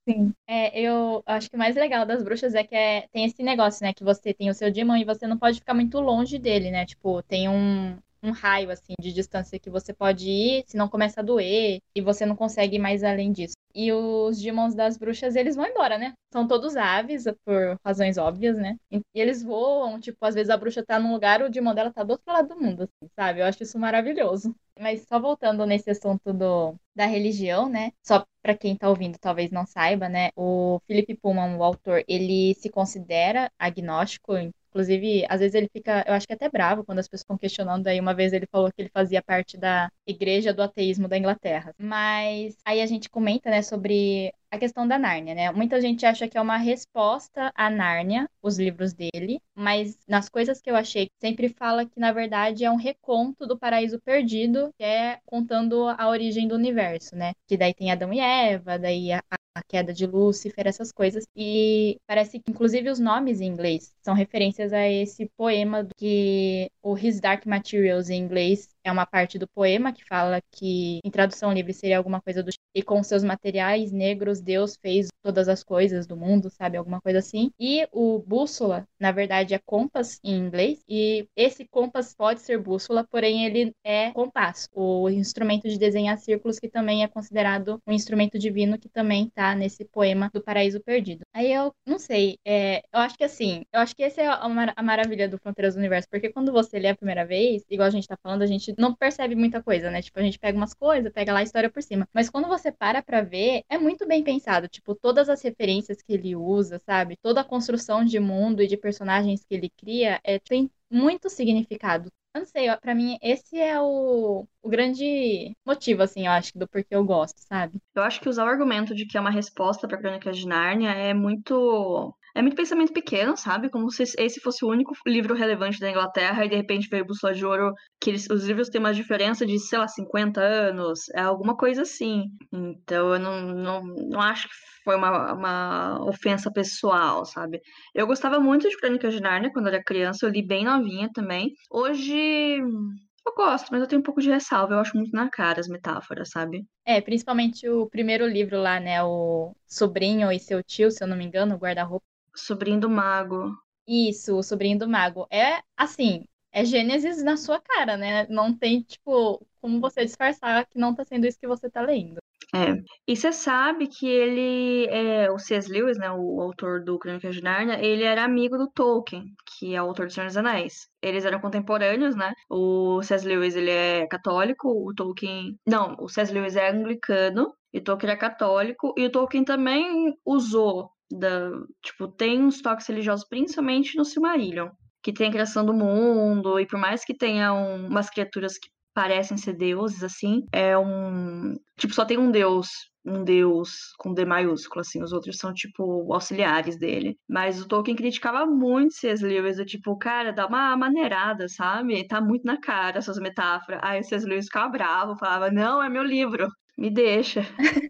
Sim. É, eu acho que o mais legal das bruxas é que é, tem esse negócio, né? Que você tem o seu demon e você não pode ficar muito longe dele, né? Tipo, tem um, um raio, assim, de distância que você pode ir, senão começa a doer, e você não consegue ir mais além disso. E os demons das bruxas, eles vão embora, né? São todos aves, por razões óbvias, né? E eles voam, tipo, às vezes a bruxa tá num lugar, o demon dela tá do outro lado do mundo, assim, sabe? Eu acho isso maravilhoso. Mas só voltando nesse assunto do, da religião, né? Só para quem tá ouvindo talvez não saiba, né? O Philip Pullman, o autor, ele se considera agnóstico. Inclusive, às vezes ele fica, eu acho que até bravo quando as pessoas estão questionando. Aí uma vez ele falou que ele fazia parte da Igreja do Ateísmo da Inglaterra. Mas aí a gente comenta, né, sobre a questão da Nárnia, né? Muita gente acha que é uma resposta a Nárnia, os livros dele, mas nas coisas que eu achei, sempre fala que na verdade é um reconto do Paraíso Perdido, que é contando a origem do universo, né? Que daí tem Adão e Eva, daí a, a queda de Lúcifer, essas coisas. E parece que, inclusive, os nomes em inglês são referências a esse poema do que o His Dark Materials em inglês é uma parte do poema que fala que, em tradução livre, seria alguma coisa do e com seus materiais negros, Deus fez todas as coisas do mundo, sabe? Alguma coisa assim. E o bússola, na verdade, é compass em inglês. E esse compass pode ser bússola, porém ele é compasso, o instrumento de desenhar círculos, que também é considerado um instrumento divino, que também tá nesse poema do Paraíso Perdido. Aí eu não sei, é, eu acho que assim, eu acho que essa é a, mar a maravilha do Fronteiras do Universo, porque quando você lê a primeira vez, igual a gente tá falando, a gente não percebe muita coisa, né? Tipo, a gente pega umas coisas, pega lá a história por cima. Mas quando você para pra ver, é muito bem pensado. Tipo, todas as referências que ele usa, sabe? Toda a construção de mundo e de personagens que ele cria é, tem muito significado. Eu não sei, ó, pra mim, esse é o, o grande motivo, assim, eu acho, do porquê eu gosto, sabe? Eu acho que usar o argumento de que é uma resposta para Crônicas de Nárnia é muito. É muito pensamento pequeno, sabe? Como se esse fosse o único livro relevante da Inglaterra e de repente veio Bússola de Ouro, que eles, os livros têm uma diferença de, sei lá, cinquenta anos, é alguma coisa assim. Então eu não, não, não acho que foi uma, uma ofensa pessoal, sabe? Eu gostava muito de Crônicas de Nárnia quando eu era criança, eu li bem novinha também. Hoje. Eu gosto, mas eu tenho um pouco de ressalva. Eu acho muito na cara as metáforas, sabe? É, principalmente o primeiro livro lá, né? O Sobrinho e Seu Tio, se eu não me engano, o guarda-roupa. Sobrinho do Mago. Isso, o Sobrinho do Mago. É, assim, é Gênesis na sua cara, né? Não tem, tipo, como você disfarçar que não tá sendo isso que você tá lendo. É. E você sabe que ele, é, o C S. Lewis, né, o autor do Crônicas de Nárnia, ele era amigo do Tolkien, que é o autor do Senhor dos Anéis. Eles eram contemporâneos, né? O C S. Lewis, ele é católico, o Tolkien... Não, o C S. Lewis é anglicano, e o Tolkien é católico, e o Tolkien também usou, da, tipo, tem uns toques religiosos, principalmente no Silmarillion, que tem a criação do mundo, e por mais que tenha um, umas criaturas que parecem ser deuses, assim, é um... Tipo, só tem um deus, um deus com D maiúsculo, assim, os outros são, tipo, auxiliares dele. Mas o Tolkien criticava muito C S. Lewis, do tipo, cara, dá uma maneirada, sabe? Tá muito na cara essas metáforas. Aí o C S. Lewis ficava bravo, falava, não, é meu livro, me deixa.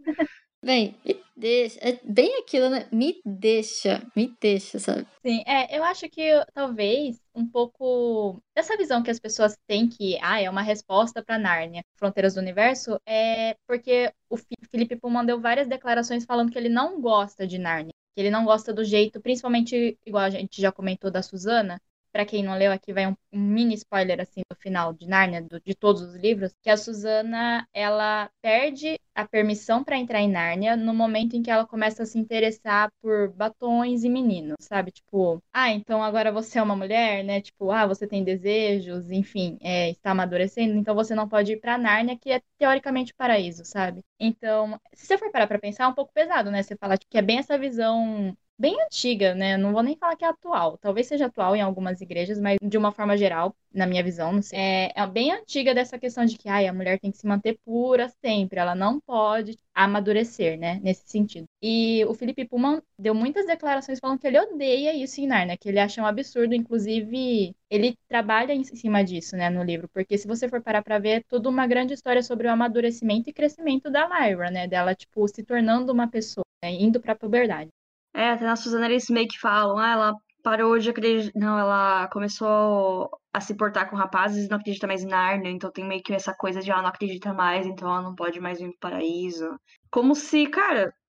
Bem, me deixa. É bem aquilo, né? Me deixa, me deixa, sabe? Sim, é, eu acho que talvez um pouco dessa visão que as pessoas têm que, ah, é uma resposta para Nárnia, Fronteiras do Universo, é porque o Fi- Felipe Pullman deu várias declarações falando que ele não gosta de Nárnia, que ele não gosta do jeito, principalmente, igual a gente já comentou da Susana. Pra quem não leu, aqui vai um, um mini spoiler assim do final de Nárnia, do- de todos os livros, que a Susana, ela perde a permissão pra entrar em Nárnia no momento em que ela começa a se interessar por batons e meninos, sabe? Tipo, ah, então agora você é uma mulher, né? Tipo, ah, você tem desejos, enfim, é, está amadurecendo, então você não pode ir pra Nárnia, que é teoricamente o paraíso, sabe? Então, se você for parar pra pensar, é um pouco pesado, né? Você falar que é bem essa visão bem antiga, né? Não vou nem falar que é atual. Talvez seja atual em algumas igrejas, mas de uma forma geral, na minha visão, não sei. É, é bem antiga dessa questão de que ai, a mulher tem que se manter pura sempre, ela não pode amadurecer, né? Nesse sentido. E o Felipe Pullman deu muitas declarações falando que ele odeia isso em Nárnia, que ele acha um absurdo, inclusive ele trabalha em cima disso, né, no livro, porque se você for parar pra ver, é tudo uma grande história sobre o amadurecimento e crescimento da Lyra, né? Dela, tipo, se tornando uma pessoa, né? Indo pra puberdade. É, até na Suzana eles meio que falam, ah, ela parou de acreditar. Não, ela começou a se portar com rapazes e não acredita mais em Nárnia, então tem meio que essa coisa de, ah, não acredita mais, então ela não pode mais vir pro paraíso. Como se, cara,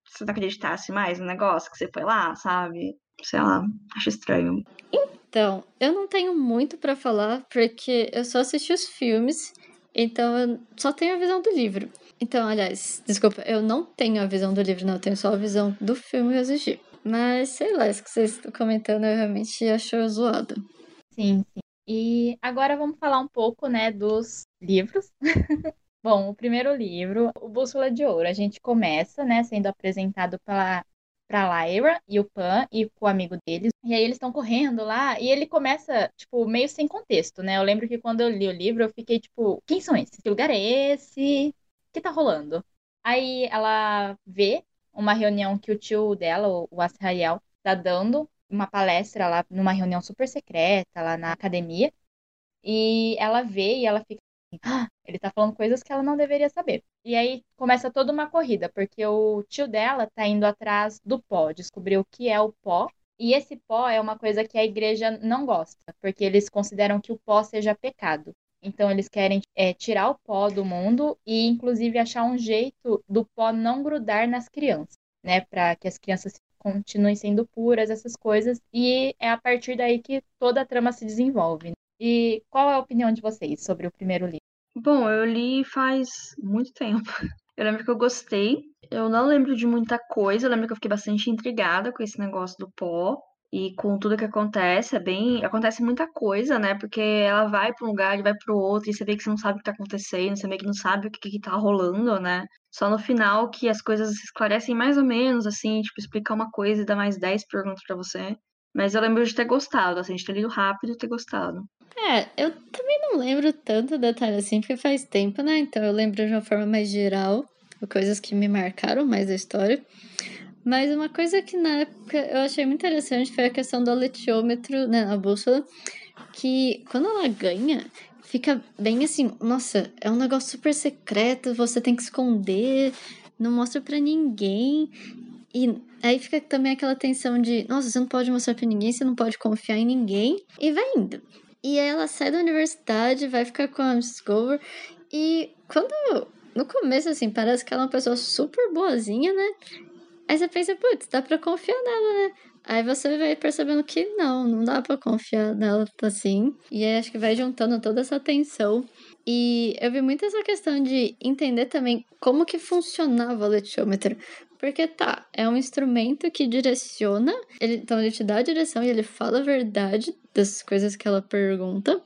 você não acreditasse mais no negócio que você foi lá, sabe? Sei lá, acho estranho. Então, eu não tenho muito pra falar, porque eu só assisti os filmes, então eu só tenho a visão do livro. Então, aliás, desculpa, eu não tenho a visão do livro, não, eu tenho só a visão do filme que eu assisti. Mas, sei lá, isso que vocês estão comentando, eu realmente acho zoado. Sim, sim. E agora vamos falar um pouco, né, dos livros. Bom, o primeiro livro, o Bússola de Ouro, a gente começa, né, sendo apresentado pela pra Lyra e o Pan e com o amigo deles. E aí eles estão correndo lá e ele começa, tipo, meio sem contexto, né? Eu lembro que quando eu li o livro, eu fiquei tipo, quem são esses? Que lugar é esse? O que tá rolando? Aí ela vê uma reunião que o tio dela, o o Azrael, tá dando uma palestra lá numa reunião super secreta lá na academia. E ela vê e ela fica assim, "Ah, ele tá falando coisas que ela não deveria saber." E aí começa toda uma corrida, porque o tio dela tá indo atrás do pó, descobrir o que é o pó. E esse pó é uma coisa que a igreja não gosta, porque eles consideram que o pó seja pecado. Então eles querem é, tirar o pó do mundo e, inclusive, achar um jeito do pó não grudar nas crianças, né? Para que as crianças continuem sendo puras, essas coisas. E é a partir daí que toda a trama se desenvolve, né? E qual é a opinião de vocês sobre o primeiro livro? Bom, eu li faz muito tempo. Eu lembro que eu gostei. Eu não lembro de muita coisa. Eu lembro que eu fiquei bastante intrigada com esse negócio do pó e com tudo que acontece. É bem, acontece muita coisa, né? Porque ela vai para um lugar e vai para o outro e você vê que você não sabe o que tá acontecendo, você vê que não sabe o que, que tá rolando, né? Só no final que as coisas se esclarecem mais ou menos, assim, tipo, explicar uma coisa e dar mais dez perguntas pra você. Mas eu lembro de ter gostado, assim, de ter lido rápido e ter gostado. É, eu também não lembro tanto detalhe assim, porque faz tempo, né? Então eu lembro de uma forma mais geral, coisas que me marcaram mais da história. Mas uma coisa que na época eu achei muito interessante foi a questão do letiômetro, né, a bússola, que quando ela ganha, fica bem assim, nossa, é um negócio super secreto, você tem que esconder, não mostra pra ninguém. E aí fica também aquela tensão de, nossa, você não pode mostrar pra ninguém, você não pode confiar em ninguém, e vai indo. E aí ela sai da universidade, vai ficar com a missus Glover, e quando, no começo, assim, parece que ela é uma pessoa super boazinha, né? Aí você pensa, putz, dá pra confiar nela, né? Aí você vai percebendo que não, não dá pra confiar nela assim. E aí acho que vai juntando toda essa tensão. E eu vi muito essa questão de entender também como que funcionava o letiômetro. Porque tá, é um instrumento que direciona, ele, então ele te dá a direção e ele fala a verdade das coisas que ela pergunta,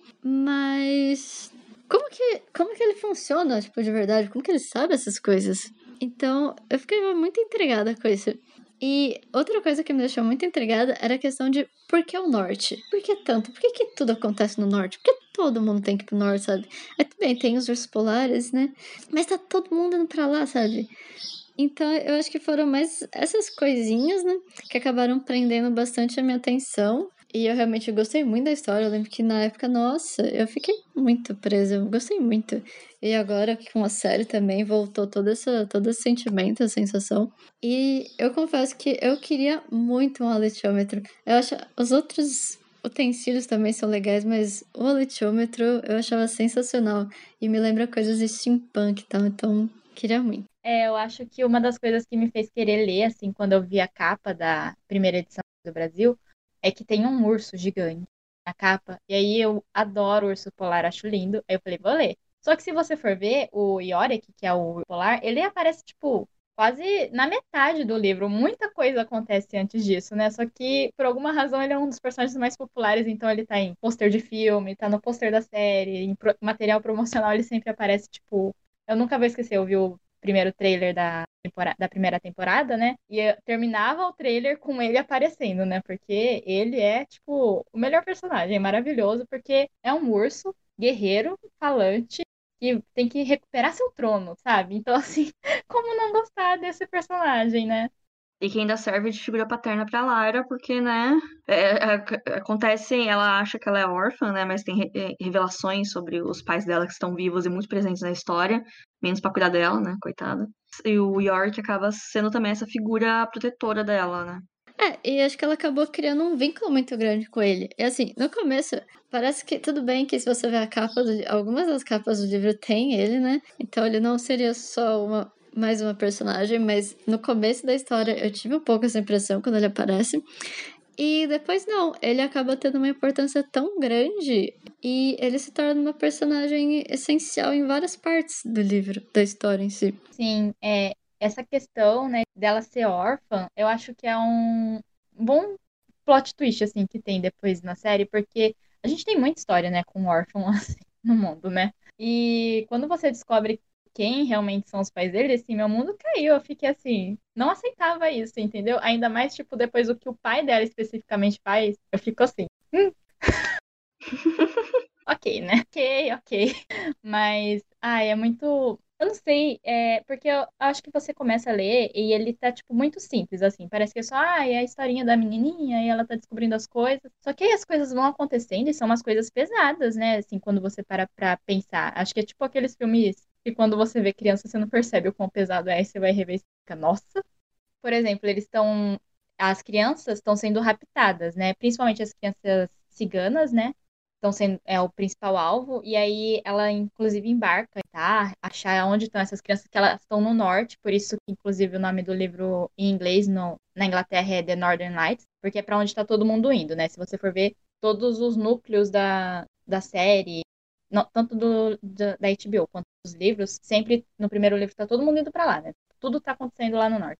mas como que, como que ele funciona, tipo, de verdade? Como que ele sabe essas coisas? Então, eu fiquei muito intrigada com isso. E outra coisa que me deixou muito intrigada era a questão de por que o norte? Por que tanto? Por que, que tudo acontece no norte? Por que todo mundo tem que ir pro norte, sabe? Aí tudo bem, tem os ursos polares, né? Mas tá todo mundo indo pra lá, sabe? Então, eu acho que foram mais essas coisinhas, né? Que acabaram prendendo bastante a minha atenção. E eu realmente gostei muito da história. Eu lembro que na época, nossa, eu fiquei muito presa. Eu gostei muito. E agora, com a série também, voltou todo, essa, todo esse sentimento, a sensação. E eu confesso que eu queria muito um aletiômetro. Eu acho os outros utensílios também são legais, mas o aletiômetro eu achava sensacional. E me lembra coisas de steampunk e tal. Então, queria muito. É, eu acho que uma das coisas que me fez querer ler, assim, quando eu vi a capa da primeira edição do Brasil, é que tem um urso gigante na capa. E aí eu adoro urso polar, acho lindo. Aí eu falei, vou ler. Só que se você for ver, o Yorick, que é o polar, ele aparece, tipo, quase na metade do livro. Muita coisa acontece antes disso, né? Só que, por alguma razão, ele é um dos personagens mais populares, então ele tá em pôster de filme, tá no pôster da série, em pro- material promocional ele sempre aparece, tipo... Eu nunca vou esquecer, eu vi o primeiro trailer da, tempora- da primeira temporada, né? E eu terminava o trailer com ele aparecendo, né? Porque ele é, tipo, o melhor personagem, é maravilhoso, porque é um urso guerreiro, falante, que tem que recuperar seu trono, sabe? Então, assim, como não gostar desse personagem, né? E que ainda serve de figura paterna pra Lara, porque, né, é, é, acontece, ela acha que ela é órfã, né, mas tem re- é, revelações sobre os pais dela que estão vivos e muito presentes na história, menos pra cuidar dela, né, coitada. E o Yorick acaba sendo também essa figura protetora dela, né. É, e acho que ela acabou criando um vínculo muito grande com ele. E assim, no começo, parece que tudo bem que se você ver a capa, do, algumas das capas do livro tem ele, né? Então ele não seria só uma, mais uma personagem, mas no começo da história eu tive um pouco essa impressão quando ele aparece. E depois não, ele acaba tendo uma importância tão grande e ele se torna uma personagem essencial em várias partes do livro, da história em si. Sim, é, essa questão, né, dela ser órfã, eu acho que é um bom plot twist, assim, que tem depois na série, porque a gente tem muita história, né, com órfão, assim, no mundo, né? E quando você descobre quem realmente são os pais dele, assim, meu mundo caiu. Eu fiquei assim, não aceitava isso, entendeu? Ainda mais, tipo, depois do que o pai dela especificamente faz, eu fico assim, hum. Ok, né? Ok, ok. Mas, ai, é muito. Eu não sei, é, porque eu acho que você começa a ler e ele tá, tipo, muito simples, assim. Parece que é só, ah, é a historinha da menininha e ela tá descobrindo as coisas. Só que aí as coisas vão acontecendo e são umas coisas pesadas, né? Assim, quando você para pra pensar. Acho que é tipo aqueles filmes que quando você vê criança, você não percebe o quão pesado é, e você vai rever e você fica, nossa. Por exemplo, eles estão. As crianças estão sendo raptadas, né? Principalmente as crianças ciganas, né? Estão sendo é o principal alvo. E aí ela, inclusive, embarca, tá? Achar onde estão essas crianças, que elas estão no norte. Por isso que, inclusive, o nome do livro em inglês no, na Inglaterra é The Northern Lights, porque é pra onde tá todo mundo indo, né? Se você for ver todos os núcleos da, da série, não- tanto do, da, da H B O quanto dos livros, sempre no primeiro livro tá todo mundo indo pra lá, né? Tudo tá acontecendo lá no norte.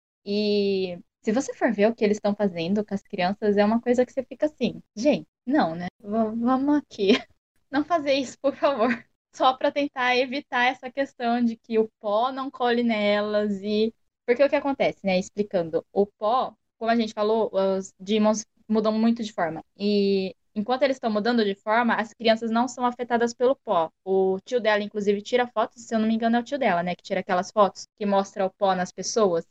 E se você for ver o que eles estão fazendo com as crianças, é uma coisa que você fica assim, gente, não, né? V- vamos aqui. Não fazer isso, por favor. Só para tentar evitar essa questão de que o pó não colhe nelas e. Porque o que acontece, né? Explicando, o pó, como a gente falou, os demons mudam muito de forma. E enquanto eles estão mudando de forma, as crianças não são afetadas pelo pó. O tio dela, inclusive, tira fotos, se eu não me engano, é o tio dela, né? Que tira aquelas fotos que mostra o pó nas pessoas.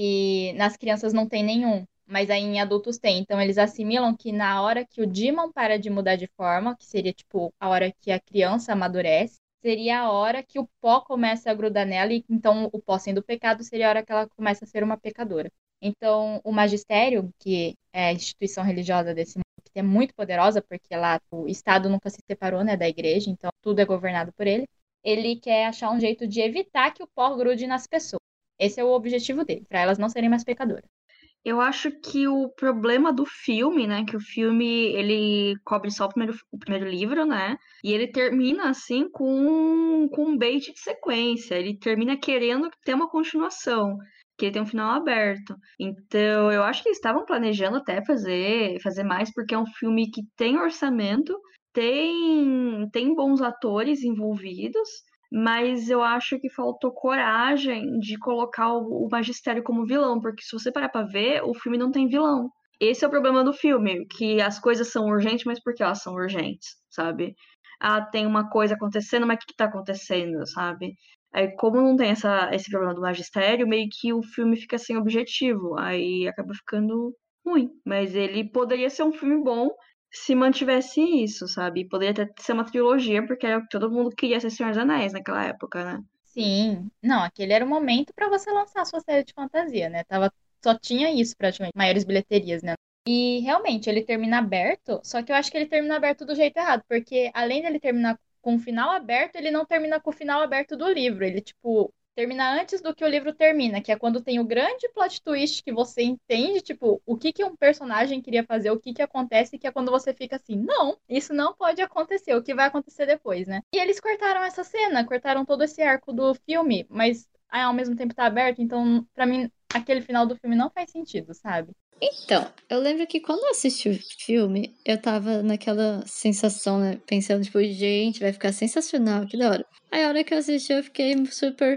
E nas crianças não tem nenhum, mas aí em adultos tem. Então eles assimilam que na hora que o Demon para de mudar de forma, que seria tipo a hora que a criança amadurece, seria a hora que o pó começa a grudar nela, e então o pó sendo pecado seria a hora que ela começa a ser uma pecadora. Então o magistério, que é a instituição religiosa desse mundo, que é muito poderosa, porque lá o Estado nunca se separou, né, da igreja, então tudo é governado por ele, ele quer achar um jeito de evitar que o pó grude nas pessoas. Esse é o objetivo dele, para elas não serem mais pecadoras. Eu acho que o problema do filme, né, que o filme ele cobre só o primeiro, o primeiro livro, né, e ele termina assim com, com um bait de sequência. Ele termina querendo ter uma continuação, que ele tem um final aberto. Então, eu acho que eles estavam planejando até fazer, fazer mais, porque é um filme que tem orçamento, tem, tem bons atores envolvidos. Mas eu acho que faltou coragem de colocar o, o Magistério como vilão, porque se você parar pra ver, o filme não tem vilão. Esse é o problema do filme, que as coisas são urgentes, mas por que elas são urgentes, sabe? Ah, tem uma coisa acontecendo, mas o que, que tá acontecendo, sabe? Aí, como não tem essa, esse problema do Magistério, meio que o filme fica sem objetivo, aí acaba ficando ruim. Mas ele poderia ser um filme bom se mantivesse isso, sabe? Poderia até ser uma trilogia, porque era o que todo mundo queria ser Senhor dos Anéis naquela época, né? Sim, não, aquele era o momento para você lançar a sua série de fantasia, né? Tava, só tinha isso praticamente, maiores bilheterias, né? E realmente ele termina aberto, só que eu acho que ele termina aberto do jeito errado, porque além dele terminar com o final aberto, ele não termina com o final aberto do livro. Ele, tipo, termina antes do que o livro termina, que é quando tem o grande plot twist que você entende, tipo, o que que um personagem queria fazer, o que que acontece, que é quando você fica assim, não, isso não pode acontecer, o que vai acontecer depois, né? E eles cortaram essa cena, cortaram todo esse arco do filme, mas ah, ao mesmo tempo tá aberto, então pra mim aquele final do filme não faz sentido, sabe? Então, eu lembro que quando eu assisti o filme, eu tava naquela sensação, né? Pensando, tipo, gente, vai ficar sensacional, que da hora. Aí a hora que eu assisti, eu fiquei super.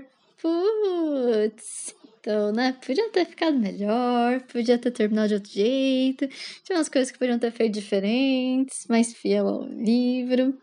Putz. Então, né? Podia ter ficado melhor, podia ter terminado de outro jeito. Tinha umas coisas que podiam ter feito diferentes, mais fiel ao livro.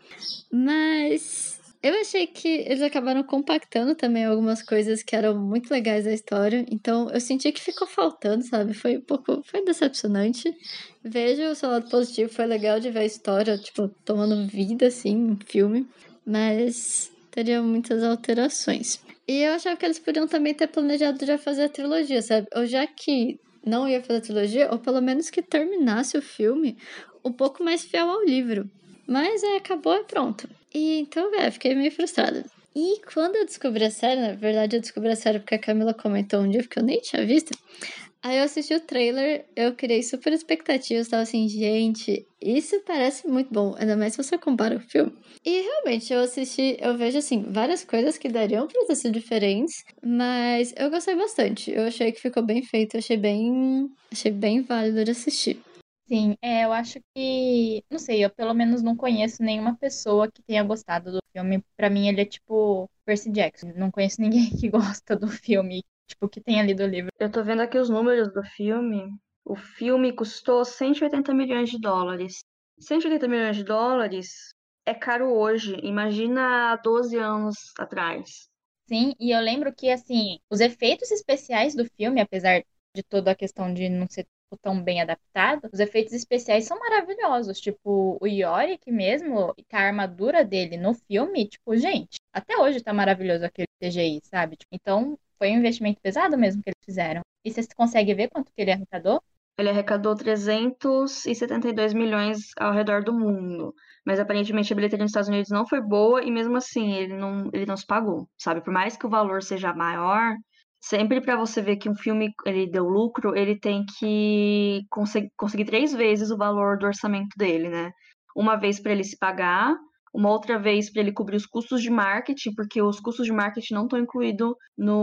Mas eu achei que eles acabaram compactando também algumas coisas que eram muito legais da história. Então eu senti que ficou faltando, sabe? Foi um pouco. Foi decepcionante. Vejo o seu lado positivo, foi legal de ver a história, tipo, tomando vida, assim, em filme. Mas teria muitas alterações. E eu achava que eles podiam também ter planejado já fazer a trilogia, sabe? Ou já que não ia fazer a trilogia, ou pelo menos que terminasse o filme um pouco mais fiel ao livro. Mas aí acabou e pronto. E então, velho, fiquei meio frustrada. E quando eu descobri a série, na verdade eu descobri a série porque a Camila comentou um dia, porque eu nem tinha visto. Aí eu assisti o trailer, eu criei super expectativas, tava assim, gente, isso parece muito bom, ainda mais se você compara o filme. E realmente, eu assisti, eu vejo assim, várias coisas que dariam pra ter sido diferentes, mas eu gostei bastante. Eu achei que ficou bem feito, eu achei bem, achei bem válido de assistir. Sim, é, eu acho que, não sei, eu pelo menos não conheço nenhuma pessoa que tenha gostado do filme. Pra mim ele é tipo Percy Jackson. Não conheço ninguém que gosta do filme, tipo, que tenha lido o livro. Eu tô vendo aqui os números do filme. O filme custou cento e oitenta milhões de dólares. cento e oitenta milhões de dólares é caro hoje. Imagina há doze anos atrás. Sim, e eu lembro que, assim, os efeitos especiais do filme, apesar de toda a questão de não ser tão bem adaptado, os efeitos especiais são maravilhosos. Tipo, o Yorick mesmo, e com a armadura dele no filme, tipo, gente, até hoje tá maravilhoso aquele C G I, sabe? Tipo, então, foi um investimento pesado mesmo que eles fizeram. E você consegue ver quanto que ele arrecadou? Ele arrecadou trezentos e setenta e dois milhões ao redor do mundo. Mas aparentemente a bilheteria nos Estados Unidos não foi boa e mesmo assim ele não, ele não se pagou, sabe? Por mais que o valor seja maior, sempre para você ver que um filme ele deu lucro, ele tem que conseguir, conseguir três vezes o valor do orçamento dele, né? Uma vez para ele se pagar, uma outra vez para ele cobrir os custos de marketing, porque os custos de marketing não estão incluídos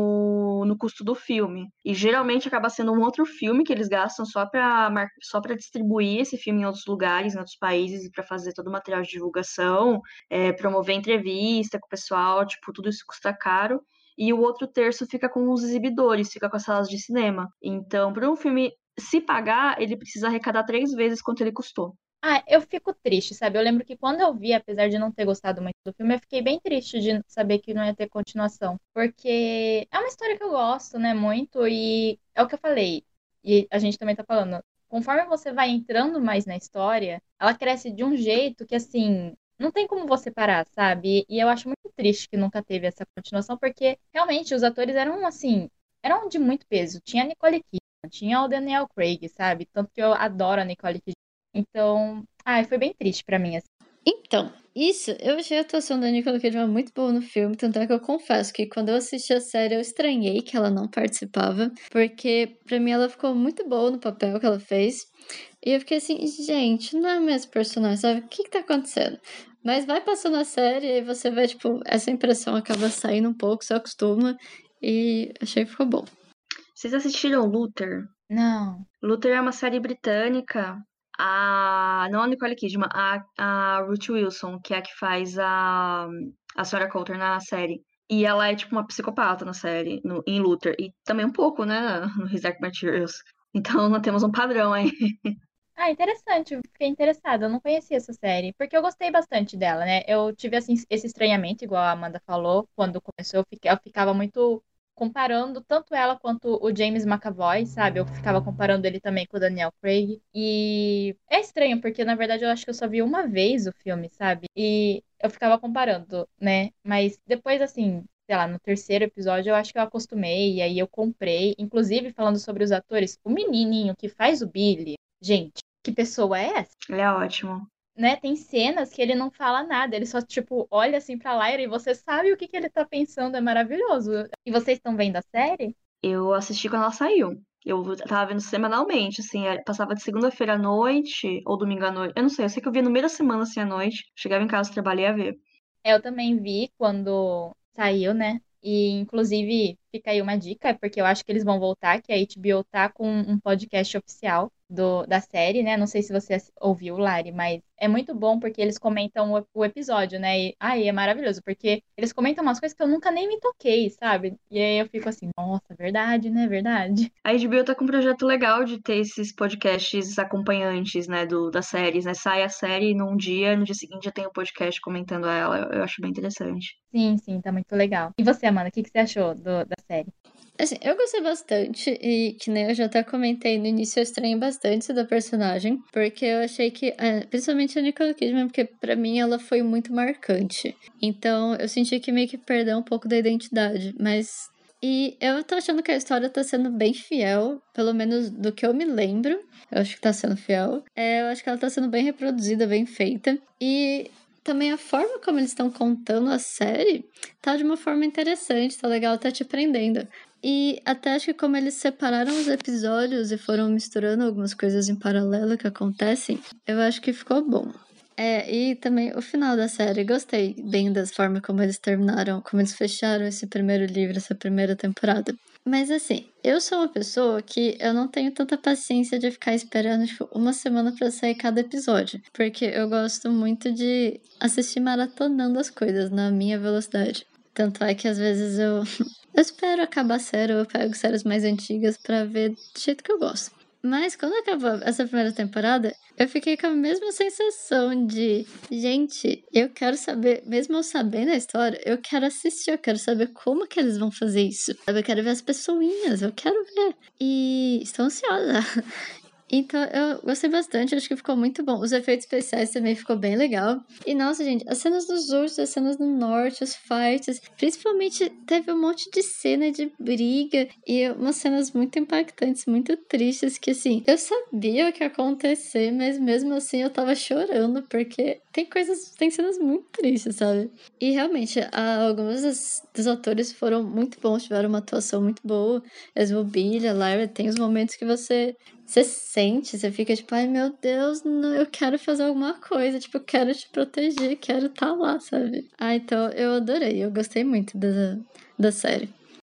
no, no custo do filme. E geralmente acaba sendo um outro filme que eles gastam só para só para distribuir esse filme em outros lugares, em outros países, e para fazer todo o material de divulgação, é, promover entrevista com o pessoal, tipo, tudo isso custa caro. E o outro terço fica com os exibidores, fica com as salas de cinema. Então, para um filme se pagar, ele precisa arrecadar três vezes quanto ele custou. Ah, eu fico triste, sabe? Eu lembro que quando eu vi, apesar de não ter gostado muito do filme, eu fiquei bem triste de saber que não ia ter continuação. Porque é uma história que eu gosto, né, muito, e é o que eu falei. E a gente também tá falando. Conforme você vai entrando mais na história, ela cresce de um jeito que, assim, não tem como você parar, sabe? E eu acho muito triste que nunca teve essa continuação, porque realmente os atores eram, assim, eram de muito peso. Tinha a Nicole Kidman, tinha o Daniel Craig, sabe? Tanto que eu adoro a Nicole Kidman. Então, ai, foi bem triste pra mim, assim. Então, isso, eu achei a atuação da Nicole Kidman muito boa no filme, tanto é que eu confesso que quando eu assisti a série eu estranhei que ela não participava, porque pra mim ela ficou muito boa no papel que ela fez, e eu fiquei assim, gente, não é a mesma personagem, sabe? O que que tá acontecendo? Mas vai passando a série e você vê, tipo, essa impressão acaba saindo um pouco, se acostuma, e achei que ficou bom. Vocês assistiram Luther? Não. Luther é uma série britânica. A, não a Nicole Kidman, a, a Ruth Wilson, que é a que faz a, a Sarah Coulter na série. E ela é tipo uma psicopata na série, no, em Luther. E também um pouco, né, no His Dark Materials. Então nós temos um padrão aí. Ah, interessante, eu fiquei interessada, eu não conhecia essa série, porque eu gostei bastante dela, né? Eu tive assim, esse estranhamento, igual a Amanda falou, quando começou, eu, fiquei, eu ficava muito comparando tanto ela quanto o James McAvoy, sabe? Eu ficava comparando ele também com o Daniel Craig. E é estranho, porque na verdade eu acho que eu só vi uma vez o filme, sabe? E eu ficava comparando, né? Mas depois, assim, sei lá, no terceiro episódio eu acho que eu acostumei, e aí eu comprei. Inclusive, falando sobre os atores, o menininho que faz o Billy, gente, que pessoa é essa? Ele é ótimo. Né? Tem cenas que ele não fala nada, ele só, tipo, olha assim pra Lyra e você sabe o que que ele tá pensando, é maravilhoso. E vocês estão vendo a série? Eu assisti quando ela saiu. Eu tava vendo semanalmente, assim, é, passava de segunda-feira à noite ou domingo à noite. Eu não sei, eu sei que eu via no meio da semana, assim, à noite. Chegava em casa, trabalhei a ver. É, eu também vi quando saiu, né? E, inclusive, fica aí uma dica, porque eu acho que eles vão voltar, que a H B O tá com um podcast oficial do, da série, né? Não sei se você assi- ouviu, Lari, mas é muito bom porque eles comentam o, o episódio, né? E aí é maravilhoso, porque eles comentam umas coisas que eu nunca nem me toquei, sabe? E aí eu fico assim, nossa, verdade, né? Verdade. A H B O tá com um projeto legal de ter esses podcasts acompanhantes, né, do, das séries, né? Sai a série num dia, no dia seguinte já tem o podcast comentando ela. Eu, eu acho bem interessante. Sim, sim, tá muito legal. E você, Amanda, o que que você achou do- da série? Assim, eu gostei bastante e, que nem eu já até comentei no início, eu estranhei bastante da personagem, porque eu achei que, é, principalmente a Nicole Kidman, porque pra mim ela foi muito marcante. Então eu senti que meio que perdeu um pouco da identidade, mas... E eu tô achando que a história tá sendo bem fiel, pelo menos do que eu me lembro. Eu acho que tá sendo fiel. É, eu acho que ela tá sendo bem reproduzida, bem feita. E também a forma como eles estão contando a série tá de uma forma interessante, tá legal, tá te prendendo. E até acho que como eles separaram os episódios e foram misturando algumas coisas em paralelo que acontecem, eu acho que ficou bom. É, e também o final da série, gostei bem das formas como eles terminaram, como eles fecharam esse primeiro livro, essa primeira temporada. Mas assim, eu sou uma pessoa que eu não tenho tanta paciência de ficar esperando, tipo, uma semana pra sair cada episódio. Porque eu gosto muito de assistir maratonando as coisas na minha velocidade. Tanto é que às vezes eu, eu espero acabar a série, ou eu pego séries mais antigas pra ver do jeito que eu gosto. Mas quando acabou essa primeira temporada, eu fiquei com a mesma sensação de, gente, eu quero saber, mesmo eu sabendo a história, eu quero assistir, eu quero saber como que eles vão fazer isso. Eu quero ver as pessoinhas, eu quero ver. E estou ansiosa. Então, eu gostei bastante, acho que ficou muito bom. Os efeitos especiais também ficou bem legal. E, nossa, gente, as cenas dos ursos, as cenas no norte, os fights, principalmente teve um monte de cena de briga e umas cenas muito impactantes, muito tristes, que, assim, eu sabia o que ia acontecer, mas mesmo assim eu tava chorando, porque tem coisas, tem cenas muito tristes, sabe? E, realmente, a, alguns dos, dos atores foram muito bons, tiveram uma atuação muito boa. As Mobília, a Lyra, tem os momentos que você... Você sente, você fica tipo, ai meu Deus, não, eu quero fazer alguma coisa, tipo, eu quero te proteger, quero estar lá, sabe? Ah, então eu adorei, eu gostei muito da, da série.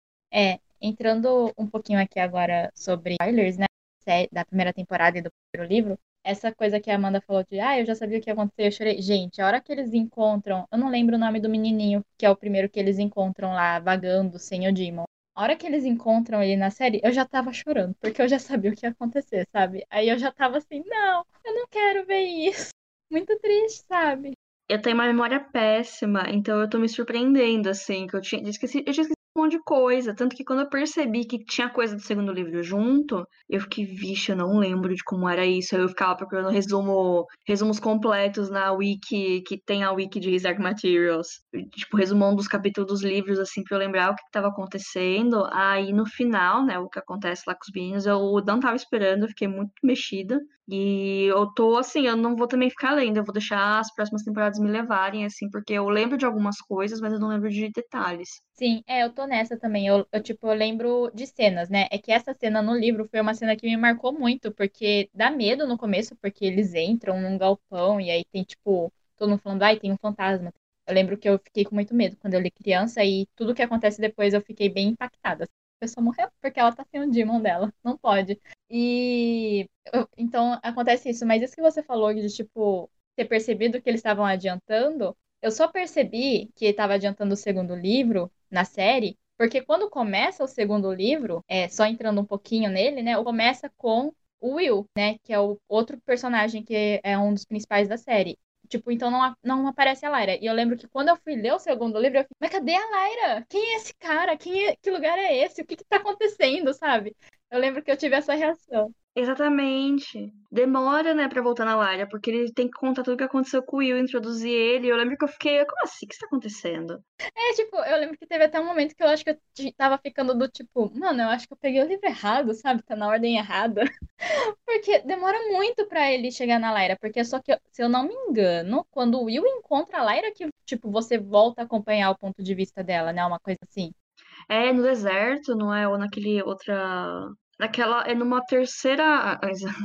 É, entrando um pouquinho aqui agora sobre spoilers, né, da primeira temporada e do primeiro livro, essa coisa que a Amanda falou de, ah, eu já sabia o que ia acontecer, eu chorei. Gente, a hora que eles encontram, eu não lembro o nome do menininho, que é o primeiro que eles encontram lá, vagando, sem o Demon. A hora que eles encontram ele na série, eu já tava chorando, porque eu já sabia o que ia acontecer, sabe? Aí eu já tava assim, não, eu não quero ver isso. Muito triste, sabe? Eu tenho uma memória péssima, então eu tô me surpreendendo, assim, que eu tinha eu esqueci, eu tinha esquecido um monte de coisa. Tanto que quando eu percebi que tinha coisa do segundo livro junto, eu fiquei, vixe, eu não lembro de como era isso. Aí eu ficava procurando resumo, resumos completos na wiki, que tem a wiki de His Dark Materials. Tipo, resumão dos capítulos dos livros, assim, pra eu lembrar o que, que tava acontecendo. Aí no final, né, o que acontece lá com os meninos, eu não tava esperando, eu fiquei muito mexida. E eu tô assim, eu não vou também ficar lendo, eu vou deixar as próximas temporadas me levarem, assim, porque eu lembro de algumas coisas, mas eu não lembro de detalhes. Sim, é, eu tô nessa também. Eu, eu, tipo, eu lembro de cenas, né? É que essa cena no livro foi uma cena que me marcou muito, porque dá medo no começo, porque eles entram num galpão e aí tem, tipo, todo mundo falando, ai, tem um fantasma. Eu lembro que eu fiquei com muito medo quando eu li criança e tudo que acontece depois eu fiquei bem impactada. A pessoa morreu porque ela tá sem o demon dela. Não pode. E eu- então acontece isso. Mas isso que você falou de, tipo, ter percebido que eles estavam adiantando, eu só percebi que estava adiantando o segundo livro na série, porque quando começa o segundo livro, é só entrando um pouquinho nele, né? Começa com o Will, né? Que é o outro personagem que é um dos principais da série. Tipo, então não, não aparece a Lyra. E eu lembro que quando eu fui ler o segundo livro, eu fiquei, mas cadê a Lyra? Quem é esse cara? Quem é... Que lugar é esse? O que que tá acontecendo, sabe? Eu lembro que eu tive essa reação. Exatamente. Demora, né, pra voltar na Lyra, porque ele tem que contar tudo o que aconteceu com o Will, introduzir ele. Eu lembro que eu fiquei, como assim? O que está acontecendo? É, tipo, eu lembro que teve até um momento que eu acho que eu t- tava ficando do tipo, mano, eu acho que eu peguei o livro errado, sabe? Tá na ordem errada. Porque demora muito pra ele chegar na Lyra. Porque só que, se eu não me engano, quando o Will encontra a Lyra, que, tipo, você volta a acompanhar o ponto de vista dela, né? Uma coisa assim. É no deserto, não é? Ou naquele outra. Naquela. É numa terceira.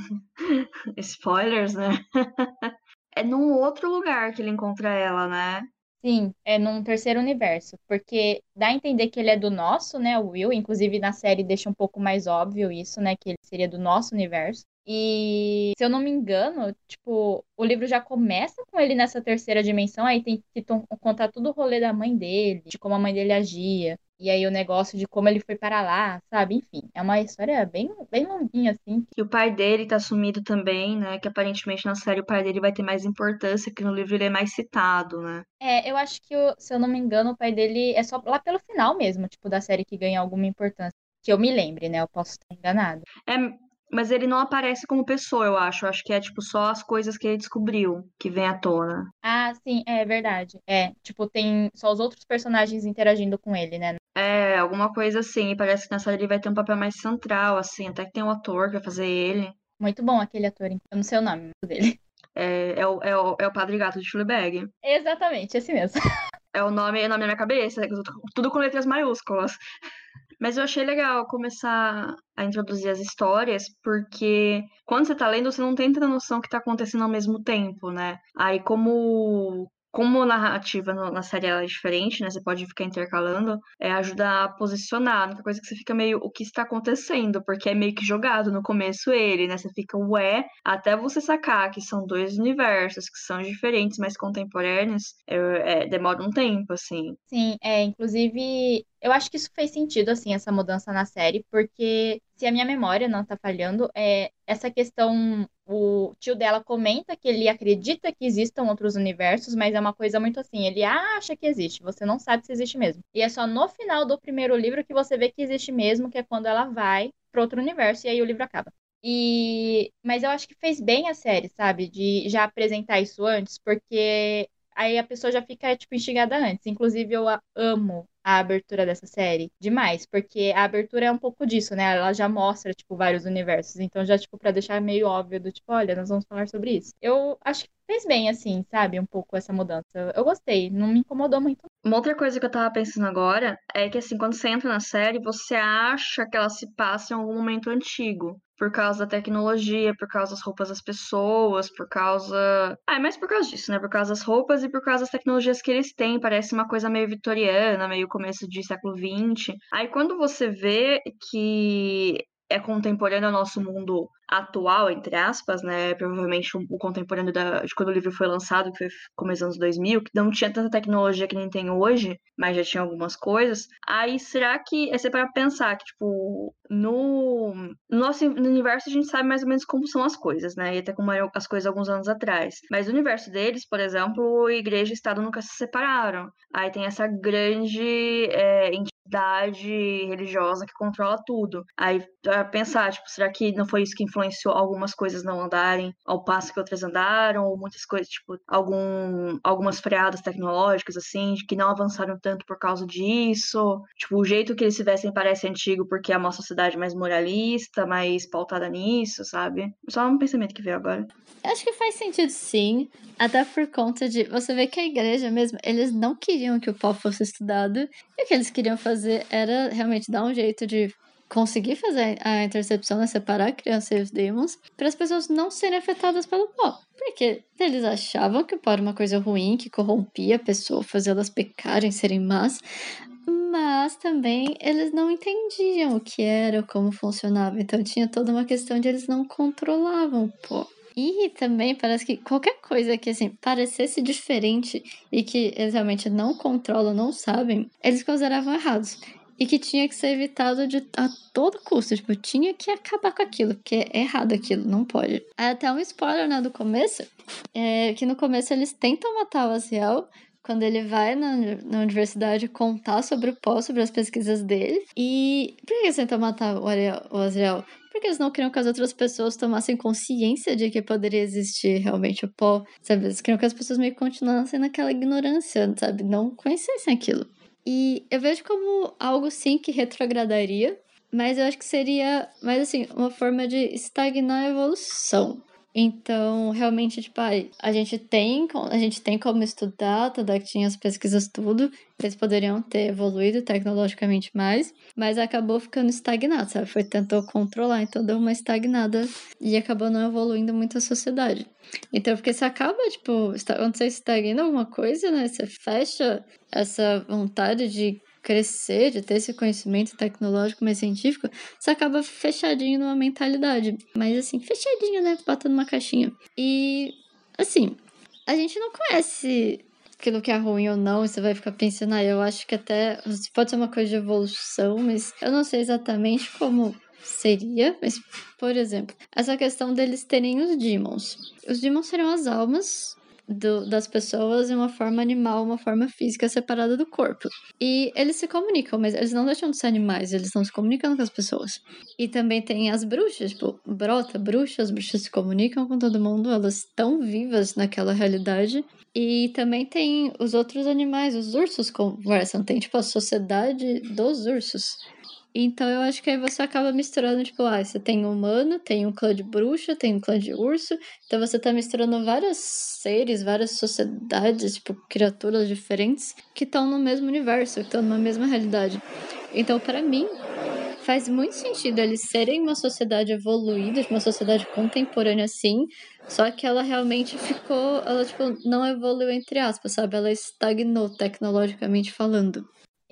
Spoilers, né? É num outro lugar que ele encontra ela, né? Sim, é num terceiro universo, porque dá a entender que ele é do nosso, né, o Will, inclusive na série deixa um pouco mais óbvio isso, né, que ele seria do nosso universo. E se eu não me engano, tipo, o livro já começa com ele nessa terceira dimensão, aí tem que ton- contar todo o rolê da mãe dele, de como a mãe dele agia, e aí o negócio de como ele foi para lá, sabe? Enfim, é uma história bem, bem longuinha, assim. Que o pai dele tá sumido também, né? Que aparentemente na série o pai dele vai ter mais importância, que no livro ele é mais citado, né? É, eu acho que, o- se eu não me engano, o pai dele é só lá pelo final mesmo, tipo, da série que ganha alguma importância. Que eu me lembre, né? Eu posso estar enganado. É, mas ele não aparece como pessoa, eu acho. Eu acho que é tipo só as coisas que ele descobriu que vem à tona. Ah, sim, é verdade. É, tipo, tem só os outros personagens interagindo com ele, né? É, alguma coisa assim. E parece que na série ele vai ter um papel mais central, assim. Até que tem um ator que vai fazer ele. Muito bom aquele ator, hein? Eu não sei o nome dele. É, é, o, é, o, é o Padre Gato de Fleabag. Exatamente, esse mesmo. É o nome, é o nome na minha cabeça, tudo com letras maiúsculas. Mas eu achei legal começar a introduzir as histórias, porque quando você tá lendo, você não tem tanta noção que tá acontecendo ao mesmo tempo, né? Aí, como, como a narrativa no- na série ela é diferente, né? Você pode ficar intercalando, é, ajuda a posicionar. A única coisa que você fica meio, o que está acontecendo? Porque é meio que jogado no começo ele, né? Você fica, ué, até você sacar que são dois universos, que são diferentes, mas contemporâneos, é, é, demora um tempo, assim. Sim, é, inclusive, eu acho que isso fez sentido, assim, essa mudança na série, porque se a minha memória não tá falhando, é essa questão, o tio dela comenta que ele acredita que existam outros universos, mas é uma coisa muito assim, ele acha que existe, você não sabe se existe mesmo. E é só no final do primeiro livro que você vê que existe mesmo, que é quando ela vai para outro universo e aí o livro acaba. E mas eu acho que fez bem a série, sabe? De já apresentar isso antes, porque aí a pessoa já fica, tipo, instigada antes. Inclusive, eu a- amo a abertura dessa série demais, porque a abertura é um pouco disso, né? Ela já mostra, tipo, vários universos. Então, já, tipo, pra deixar meio óbvio do tipo, olha, nós vamos falar sobre isso. Eu acho que fez bem, assim, sabe? Um pouco essa mudança. Eu gostei, não me incomodou muito. Uma outra coisa que eu tava pensando agora é que, assim, quando você entra na série, você acha que ela se passa em algum momento antigo. Por causa da tecnologia, por causa das roupas das pessoas, por causa. Ah, é mais por causa disso, né? Por causa das roupas e por causa das tecnologias que eles têm. Parece uma coisa meio vitoriana, meio começo de século vinte. Aí quando você vê que é contemporâneo ao nosso mundo atual, entre aspas, né? Provavelmente o o contemporâneo da, de quando o livro foi lançado, que foi começo dos anos dois mil, que não tinha tanta tecnologia que nem tem hoje, mas já tinha algumas coisas. Aí será que. É você para pensar que, tipo, no, no nosso universo a gente sabe mais ou menos como são as coisas, né? E até como eram as coisas alguns anos atrás. Mas no universo deles, por exemplo, igreja e Estado nunca se separaram. Aí tem essa grande é, entidade religiosa que controla tudo. Aí pra pensar, tipo, será que não foi isso que influenciou algumas coisas não andarem ao passo que outras andaram, ou muitas coisas, tipo, algum, algumas freadas tecnológicas, assim, que não avançaram tanto por causa disso. Tipo, o jeito que eles se vestem parece antigo porque é uma sociedade mais moralista, mais pautada nisso, sabe? Só um pensamento que veio agora. Eu acho que faz sentido, sim. Até por conta de. Você vê que a igreja mesmo, eles não queriam que o pó fosse estudado. E o que eles queriam fazer era realmente dar um jeito de conseguir fazer a intercepção, né? Separar a criança e os demons, para as pessoas não serem afetadas pelo pó. Porque eles achavam que o pó era uma coisa ruim, que corrompia a pessoa, fazia elas pecarem, serem más. Mas também eles não entendiam o que era, como funcionava. Então tinha toda uma questão de eles não controlavam o pó. E também parece que qualquer coisa que, assim, parecesse diferente e que eles realmente não controlam, não sabem, eles consideravam errados. E que tinha que ser evitado de, a todo custo. Tipo, tinha que acabar com aquilo, porque é errado aquilo, não pode. Aí até um spoiler, né, do começo, é que no começo eles tentam matar o Aziel, quando ele vai na, na universidade contar sobre o pó, sobre as pesquisas dele. E por que eles tentam matar o, Ariel, o Aziel? Porque eles não queriam que as outras pessoas tomassem consciência de que poderia existir realmente o pó, sabe? Eles queriam que as pessoas meio que continuassem naquela ignorância, sabe? Não conhecessem aquilo. E eu vejo como algo, sim, que retrogradaria, mas eu acho que seria, mais assim, uma forma de estagnar a evolução. Então, realmente, tipo, ai, a gente tem, a gente tem como estudar, tanto é que tinha as pesquisas tudo, eles poderiam ter evoluído tecnologicamente mais, mas acabou ficando estagnado, sabe? Foi tentou controlar, então deu uma estagnada e acabou não evoluindo muito a sociedade. Então, porque você acaba, tipo, quando você estagna alguma coisa, né? Você fecha essa vontade de crescer, de ter esse conhecimento tecnológico mais científico, você acaba fechadinho numa mentalidade. Mas assim, fechadinho, né? Bota numa caixinha. E, assim, a gente não conhece aquilo que é ruim ou não, e você vai ficar pensando, ah, eu acho que até pode ser uma coisa de evolução, mas eu não sei exatamente como seria, mas, por exemplo, essa questão deles terem os demons. Os demons seriam as almas do, das pessoas em uma forma animal, uma forma física separada do corpo. E eles se comunicam, mas eles não deixam de ser animais, eles estão se comunicando com as pessoas. E também tem as bruxas, tipo, brota bruxa, as bruxas se comunicam com todo mundo, elas estão vivas naquela realidade. E também tem os outros animais, os ursos conversam, tem tipo a sociedade dos ursos. Então eu acho que aí você acaba misturando, tipo, ah, você tem um humano, tem um clã de bruxa, tem um clã de urso. Então você tá misturando vários seres, várias sociedades, tipo, criaturas diferentes que estão no mesmo universo, que estão numa mesma realidade. Então, pra mim, faz muito sentido eles serem uma sociedade evoluída, uma sociedade contemporânea assim, só que ela realmente ficou, ela tipo, não evoluiu entre aspas, sabe? Ela estagnou tecnologicamente falando.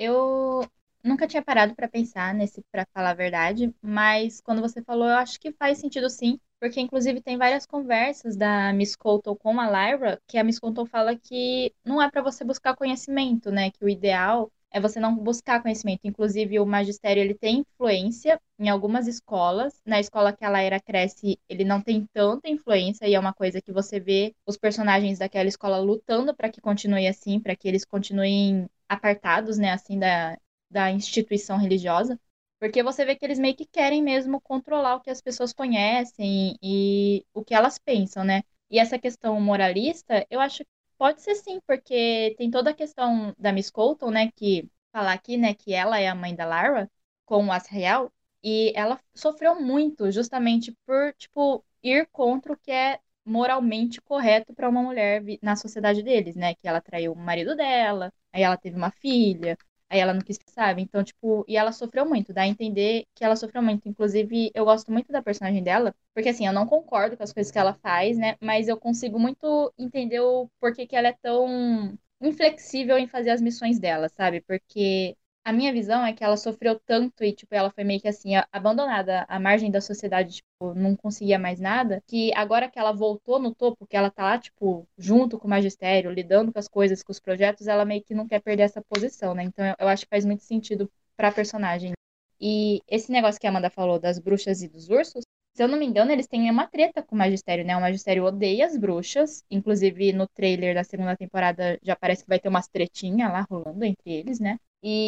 Eu nunca tinha parado pra pensar nesse, pra falar a verdade, mas quando você falou, eu acho que faz sentido sim, porque inclusive tem várias conversas da Miss Colton com a Lyra, que a Miss Colton fala que não é pra você buscar conhecimento, né? Que o ideal é você não buscar conhecimento. Inclusive, o magistério ele tem influência em algumas escolas. Na escola que a Lyra cresce, ele não tem tanta influência, e é uma coisa que você vê os personagens daquela escola lutando para que continue assim, para que eles continuem apartados, né, assim, da, da instituição religiosa, porque você vê que eles meio que querem mesmo controlar o que as pessoas conhecem e o que elas pensam, né? E essa questão moralista, eu acho que pode ser sim, porque tem toda a questão da Miss Colton, né, que falar aqui, né, que ela é a mãe da Lara, com o Asriel, e ela sofreu muito justamente por, tipo, ir contra o que é moralmente correto para uma mulher vi- na sociedade deles, né? Que ela traiu o marido dela, aí ela teve uma filha, aí ela não quis, sabe? Então, tipo, e ela sofreu muito, dá a entender que ela sofreu muito. Inclusive, eu gosto muito da personagem dela, porque assim, eu não concordo com as coisas que ela faz, né? Mas eu consigo muito entender o porquê que ela é tão inflexível em fazer as missões dela, sabe? Porque a minha visão é que ela sofreu tanto e, tipo, ela foi meio que assim, a- abandonada à margem da sociedade, tipo, não conseguia mais nada, que agora que ela voltou no topo, que ela tá lá, tipo, junto com o magistério, lidando com as coisas, com os projetos, ela meio que não quer perder essa posição, né? Então eu, eu acho que faz muito sentido pra personagem. E esse negócio que a Amanda falou das bruxas e dos ursos, se eu não me engano, eles têm uma treta com o magistério, né? O magistério odeia as bruxas, inclusive no trailer da segunda temporada já parece que vai ter umas tretinhas lá rolando entre eles, né?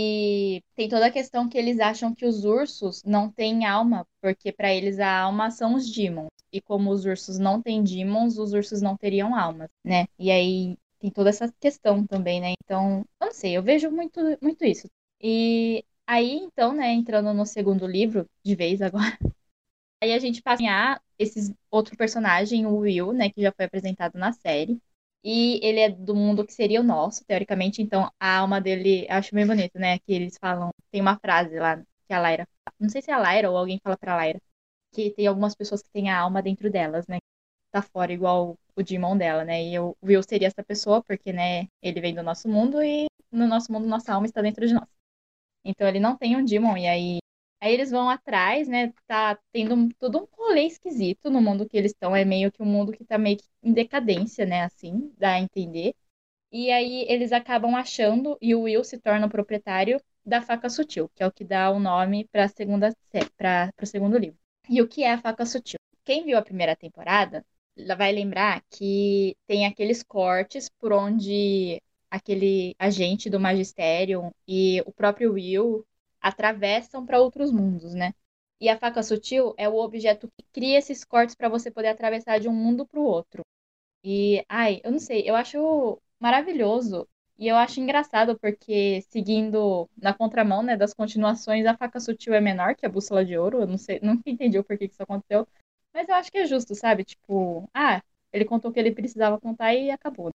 E tem toda a questão que eles acham que os ursos não têm alma, porque para eles a alma são os demons. E como os ursos não têm demons, os ursos não teriam almas, né? E aí tem toda essa questão também, né? Então, eu não sei, eu vejo muito, muito isso. E aí, então, né, entrando no segundo livro, de vez agora, aí a gente passa a esse outro personagem, o Will, né, que já foi apresentado na série. E ele é do mundo que seria o nosso, teoricamente, então a alma dele, acho bem bonito, né? Que eles falam, tem uma frase lá que a Lyra, não sei se é a Lyra ou alguém fala pra Lyra, que tem algumas pessoas que têm a alma dentro delas, né? Tá fora igual o Demon dela, né? E o Will seria essa pessoa, porque, né, ele vem do nosso mundo e no nosso mundo nossa alma está dentro de nós. Então ele não tem um Demon, e aí, aí eles vão atrás, né? Tá tendo um- todo um rolê esquisito no mundo que eles estão. É meio que um mundo que tá meio que em decadência, né? Assim, dá a entender. E aí eles acabam achando, e o Will se torna o proprietário da faca sutil, que é o que dá o nome para a segunda para o segundo livro. E o que é a faca sutil? Quem viu a primeira temporada vai lembrar que tem aqueles cortes por onde aquele agente do Magistério e o próprio Will atravessam para outros mundos, né? E a faca sutil é o objeto que cria esses cortes para você poder atravessar de um mundo para o outro. E, ai, eu não sei, eu acho maravilhoso e eu acho engraçado porque, seguindo na contramão, né, das continuações, a faca sutil é menor que a bússola de ouro. Eu não sei, nunca entendi o porquê que isso aconteceu, mas eu acho que é justo, sabe? Tipo, ah, ele contou o que ele precisava contar e acabou. O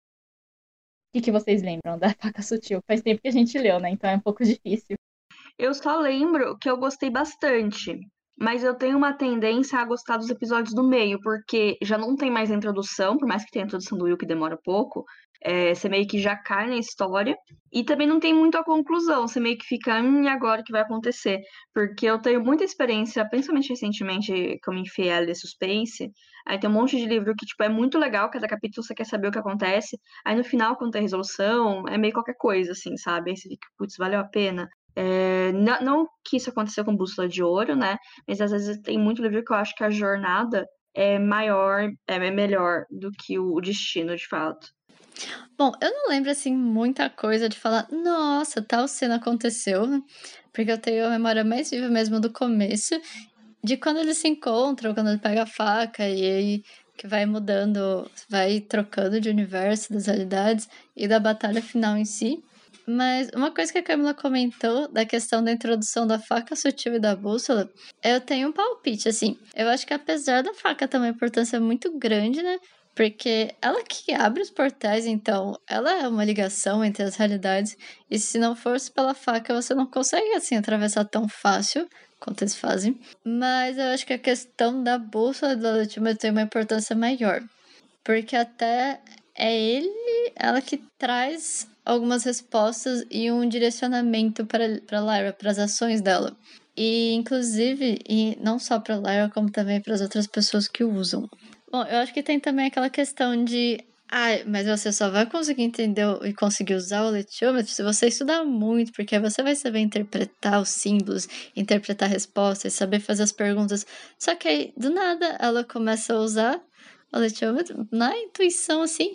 que que vocês lembram da faca sutil? Faz tempo que a gente leu, né? Então é um pouco difícil. Eu só lembro que eu gostei bastante, mas eu tenho uma tendência a gostar dos episódios do meio, porque já não tem mais a introdução, por mais que tenha a introdução do Will que demora pouco, é, você meio que já cai na história, e também não tem muito a conclusão, você meio que fica, hum, e agora o que vai acontecer? Porque eu tenho muita experiência, principalmente recentemente, como em Fiel e Suspense, aí tem um monte de livro que, tipo, é muito legal, cada capítulo você quer saber o que acontece, aí no final, quando tem a resolução, é meio qualquer coisa, assim, sabe? Aí você fica, putz, valeu a pena. É, não, não que isso aconteceu com Bússola de Ouro, né? Mas às vezes tem muito livro que eu acho que a jornada é maior, é melhor do que o destino, de fato. Bom, eu não lembro, assim, muita coisa de falar, nossa, tal cena aconteceu, né? Porque eu tenho a memória mais viva mesmo do começo, de quando eles se encontram, quando ele pega a faca e aí que vai mudando, vai trocando de universo, das realidades e da batalha final em si. Mas uma coisa que a Camila comentou da questão da introdução da faca sutil e da bússola, eu tenho um palpite, assim. Eu acho que apesar da faca ter uma importância muito grande, né? Porque ela que abre os portais, então ela é uma ligação entre as realidades. E se não fosse pela faca, você não consegue, assim, atravessar tão fácil quanto eles fazem. Mas eu acho que a questão da bússola do altímetro tem uma importância maior. Porque até é ele, ela que traz algumas respostas e um direcionamento para Lyra, para as ações dela. E, inclusive, e não só para Lyra, como também para as outras pessoas que o usam. Bom, eu acho que tem também aquela questão de... Ah, mas você só vai conseguir entender e conseguir usar o letiômetro se você estudar muito, porque aí você vai saber interpretar os símbolos, interpretar respostas, saber fazer as perguntas. Só que aí, do nada, ela começa a usar o letiômetro na intuição, assim,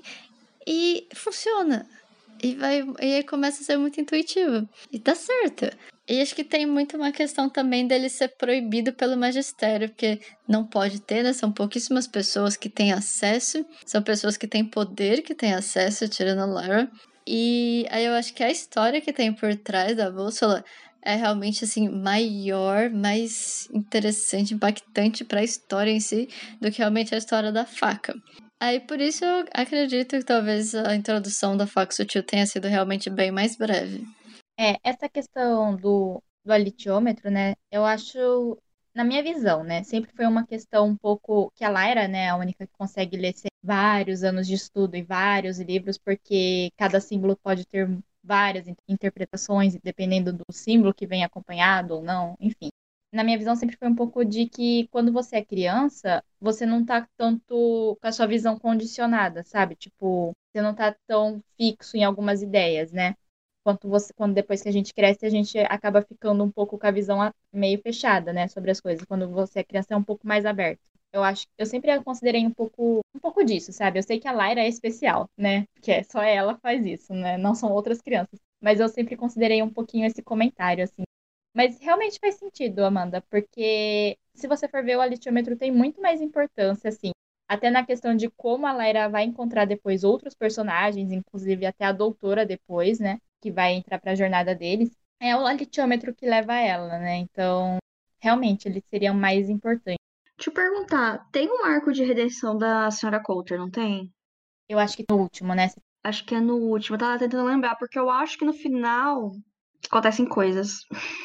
e funciona. E, vai, e aí começa a ser muito intuitivo. E tá certo. E acho que tem muito uma questão também dele ser proibido pelo magistério, porque não pode ter, né? São pouquíssimas pessoas que têm acesso, são pessoas que têm poder, que têm acesso, tirando a Lyra. E aí eu acho que a história que tem por trás da bússola é realmente, assim, maior, mais interessante, impactante para a história em si, do que realmente a história da faca. Aí, por isso, eu acredito que talvez a introdução da faca sutil tenha sido realmente bem mais breve. É, essa questão do, do alitiômetro, né, eu acho, na minha visão, né, sempre foi uma questão um pouco, que a Lyra, né, é a única que consegue ler vários anos de estudo e vários livros, porque cada símbolo pode ter várias interpretações, dependendo do símbolo que vem acompanhado ou não, enfim. Na minha visão, sempre foi um pouco de que quando você é criança, você não tá tanto com a sua visão condicionada, sabe? Tipo, você não tá tão fixo em algumas ideias, né? Quanto você, quando depois que a gente cresce, a gente acaba ficando um pouco com a visão meio fechada, né, sobre as coisas. Quando você é criança, é um pouco mais aberto. Eu acho, eu sempre a considerei um pouco, um pouco disso, sabe? Eu sei que a Lyra é especial, né? Que é só ela faz isso, né? Não são outras crianças. Mas eu sempre considerei um pouquinho esse comentário, assim. Mas realmente faz sentido, Amanda, porque se você for ver, o alitiômetro tem muito mais importância, assim, até na questão de como a Lyra vai encontrar depois outros personagens, inclusive até a doutora depois, né, que vai entrar para a jornada deles, é o alitiômetro que leva ela, né? Então, realmente, eles seriam mais importantes. Deixa eu perguntar, tem um arco de redenção da senhora Coulter, não tem? Eu acho que no último, né? Acho que é no último, eu tava tentando lembrar, porque eu acho que no final acontecem coisas.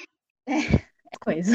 É coisa.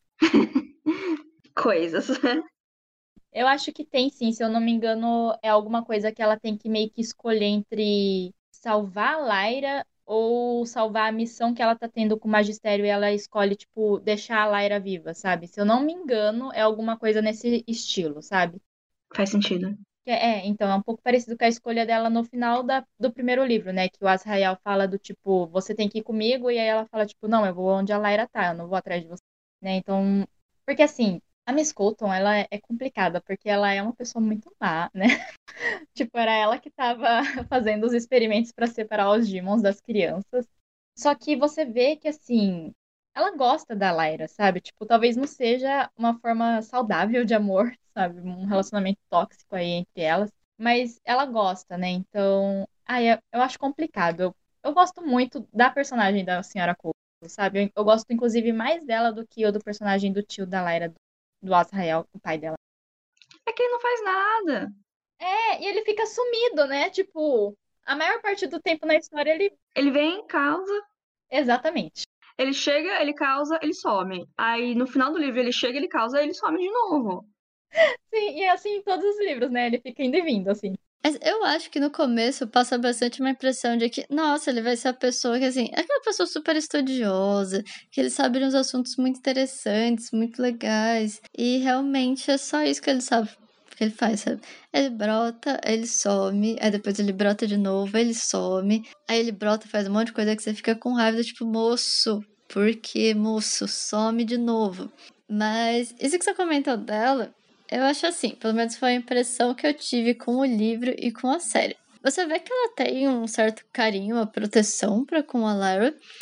Coisas. Eu acho que tem sim, se eu não me engano, é alguma coisa que ela tem que meio que escolher entre salvar a Lyra ou salvar a missão que ela tá tendo com o Magistério e ela escolhe, tipo, deixar a Lyra viva, sabe? Se eu não me engano, é alguma coisa nesse estilo, sabe? Faz sentido. É, então, é um pouco parecido com a escolha dela no final da, do primeiro livro, né? Que o Azrael fala do tipo, você tem que ir comigo, e aí ela fala, tipo, não, eu vou onde a Lyra tá, eu não vou atrás de você, né? Então, porque assim, a Miss Colton, ela é é complicada, porque ela é uma pessoa muito má, né? Tipo, era ela que tava fazendo os experimentos para separar os Demons das crianças. Só que você vê que, assim, ela gosta da Lyra, sabe? Tipo, talvez não seja uma forma saudável de amor, sabe? Um relacionamento tóxico aí entre elas. Mas ela gosta, né? Então, ah, eu, eu acho complicado. Eu, eu gosto muito da personagem da Senhora Coulson, sabe? Eu, eu gosto, inclusive, mais dela do que o do personagem do tio da Lyra, do, do Azrael, o pai dela. É que ele não faz nada. É, e ele fica sumido, né? Tipo, a maior parte do tempo na história ele. Ele vem, causa, Exatamente. ele chega, ele causa, ele some. Aí no final do livro ele chega, ele causa, ele some de novo. Sim, e é assim em todos os livros, né? Ele fica indo e vindo, assim. Mas eu acho que no começo passa bastante uma impressão de que, nossa, ele vai ser a pessoa que, assim, é aquela pessoa super estudiosa, que ele sabe de uns assuntos muito interessantes, muito legais, e realmente é só isso que ele sabe, que ele faz, sabe? Ele brota, ele some, aí depois ele brota de novo, ele some, aí ele brota, faz um monte de coisa que você fica com raiva, tipo, moço, por que, moço, some de novo? Mas isso que você comentou dela, eu acho assim, pelo menos foi a impressão que eu tive com o livro e com a série. Você vê que ela tem um certo carinho, uma proteção para com a Lyra,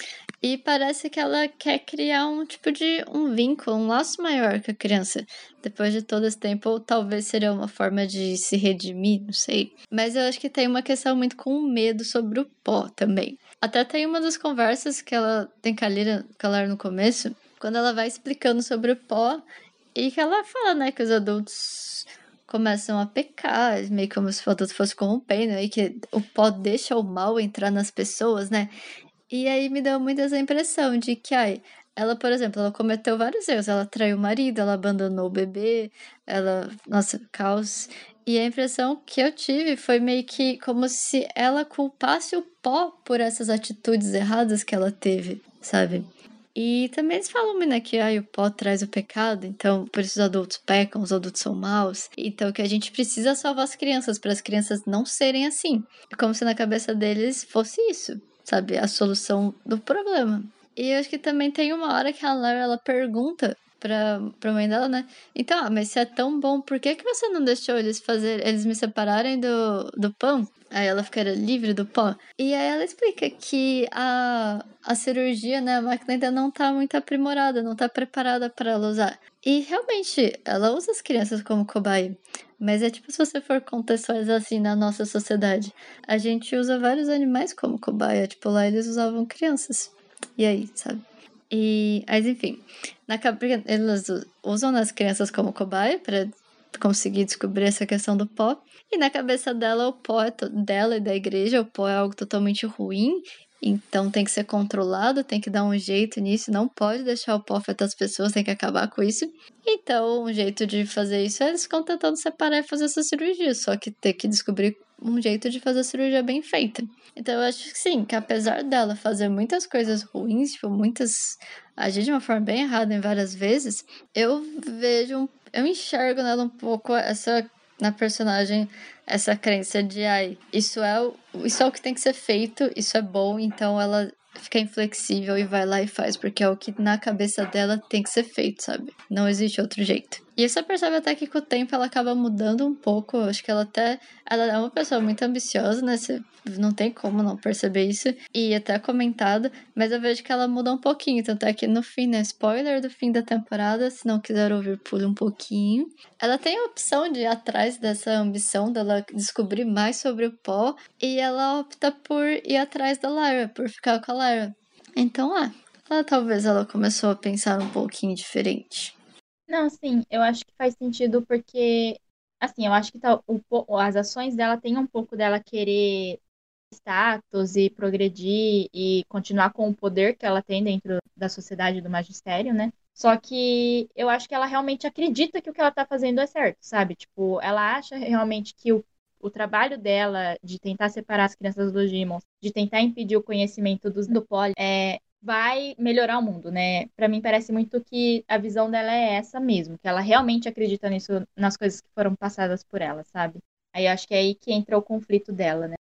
E parece que ela quer criar um tipo de um vínculo, um laço maior com a criança. Depois de todo esse tempo, ou talvez seria uma forma de se redimir, não sei. Mas eu acho que tem uma questão muito com medo sobre o pó também. Até tem uma das conversas que ela tem com a Lyra, com a Lara no começo, quando ela vai explicando sobre o pó, e que ela fala, né, que os adultos começam a pecar, meio como se o adulto fosse corrompendo, e que o pó deixa o mal entrar nas pessoas, né? E aí me deu muito essa impressão de que, ai, ela, por exemplo, ela cometeu vários erros. Ela traiu o marido, ela abandonou o bebê, ela... Nossa, caos. E a impressão que eu tive foi meio que como se ela culpasse o pó por essas atitudes erradas que ela teve, sabe? E também eles falam, né, que ai, o pó traz o pecado, então por isso os adultos pecam, os adultos são maus. Então que a gente precisa salvar as crianças, para as crianças não serem assim. Como se na cabeça deles fosse isso, sabe? A solução do problema. E eu acho que também tem uma hora que a Lara, ela pergunta pra, pra mãe dela, né? Então, ah, mas se é tão bom, por que, que você não deixou eles fazer, eles me separarem do, do pão? Aí ela fica livre do pó. E aí ela explica que a, a cirurgia, né, a máquina ainda não tá muito aprimorada, não tá preparada para ela usar. E realmente, ela usa as crianças como cobaia. Mas é tipo se você for contextualizar assim na nossa sociedade. A gente usa vários animais como cobaia. Tipo, lá eles usavam crianças. E aí, sabe? E, mas enfim, na, eles usam as crianças como cobaia para conseguir descobrir essa questão do pó. E na cabeça dela, o pó é to- dela e da igreja, o pó é algo totalmente ruim. Então tem que ser controlado, tem que dar um jeito nisso, não pode deixar o pó afetar as pessoas, tem que acabar com isso. Então, um jeito de fazer isso é eles ficam tentando separar e fazer essa cirurgia, só que ter que descobrir um jeito de fazer a cirurgia bem feita. Então, eu acho que sim, que apesar dela fazer muitas coisas ruins, tipo, muitas. Agir de uma forma bem errada em várias vezes, eu vejo, eu enxergo nela um pouco essa. Na personagem, essa crença de, ai, isso é, o, isso é o que tem que ser feito, isso é bom, então ela fica inflexível e vai lá e faz, porque é o que na cabeça dela tem que ser feito, sabe? Não existe outro jeito. E você percebe até que com o tempo ela acaba mudando um pouco, acho que ela até, ela é uma pessoa muito ambiciosa, né? Você não tem como não perceber isso, e até comentado, mas eu vejo que ela muda um pouquinho, tanto é que no fim, né? Spoiler do fim da temporada, se não quiser ouvir, pule um pouquinho. Ela tem a opção de ir atrás dessa ambição dela descobrir mais sobre o pó, e ela opta por ir atrás da Lara, por ficar com a Lara. Então, ah, ela, talvez ela começou a pensar um pouquinho diferente. Não, sim, eu acho que faz sentido porque, assim, eu acho que tá, o, po- as ações dela têm um pouco dela querer status e progredir e continuar com o poder que ela tem dentro da sociedade do magistério, né? Só que eu acho que ela realmente acredita que o que ela tá fazendo é certo, sabe? Tipo, ela acha realmente que o, o trabalho dela de tentar separar as crianças dos demons, de tentar impedir o conhecimento dos, do poli, é, vai melhorar o mundo, né? Pra mim parece muito que a visão dela é essa mesmo, que ela realmente acredita nisso, nas coisas que foram passadas por ela, sabe? Aí eu acho que é aí que entra o conflito dela, né?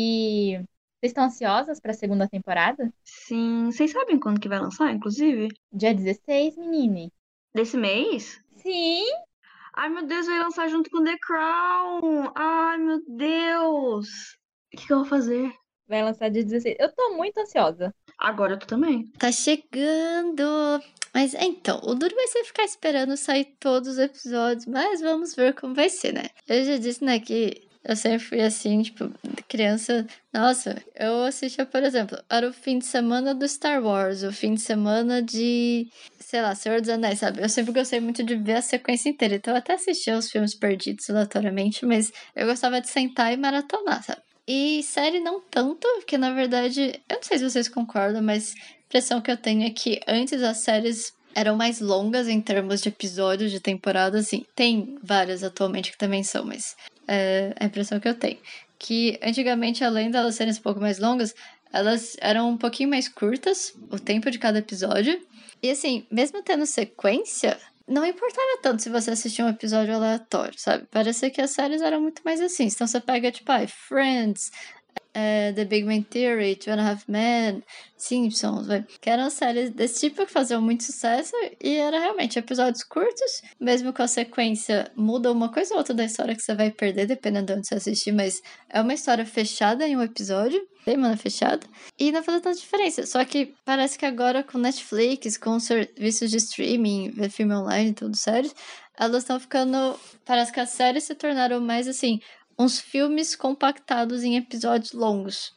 E vocês estão ansiosas para a segunda temporada? Sim, vocês sabem quando que vai lançar, inclusive? Dia dezesseis, menine. Desse mês? Sim! Ai, meu Deus, vai lançar junto com The Crown! Ai, meu Deus! O que que eu vou fazer? Vai lançar dia dezesseis. Eu tô muito ansiosa. Agora eu tô também. Tá chegando! Mas então, o duro vai ser ficar esperando sair todos os episódios, mas vamos ver como vai ser, né? Eu já disse, né, que eu sempre fui assim, tipo, criança. Nossa, eu assistia, por exemplo, era o fim de semana do Star Wars, o fim de semana de, sei lá, Senhor dos Anéis, sabe? Eu sempre gostei muito de ver a sequência inteira, então eu até assistia os filmes perdidos aleatoriamente, mas eu gostava de sentar e maratonar, sabe? E série não tanto, porque na verdade, eu não sei se vocês concordam, mas a impressão que eu tenho é que antes as séries eram mais longas em termos de episódios de temporada, assim. Tem várias atualmente que também são, mas é a impressão que eu tenho. Que antigamente, além delas serem um pouco mais longas, elas eram um pouquinho mais curtas, o tempo de cada episódio. E assim, mesmo tendo sequência, não importava tanto se você assistia um episódio aleatório, sabe? Parecia que as séries eram muito mais assim. Então você pega, tipo, ah, Friends, é, The Big Bang Theory, Two and a Half Men, Simpsons, vai, que eram séries desse tipo que faziam muito sucesso e era realmente episódios curtos, mesmo com a sequência muda uma coisa ou outra da história que você vai perder, dependendo de onde você assistir, mas é uma história fechada em um episódio, semana fechada, e não faz tanta diferença. Só que parece que agora com Netflix, com serviços de streaming, ver filme online e tudo, séries, elas estão ficando... Parece que as séries se tornaram mais, assim, uns filmes compactados em episódios longos.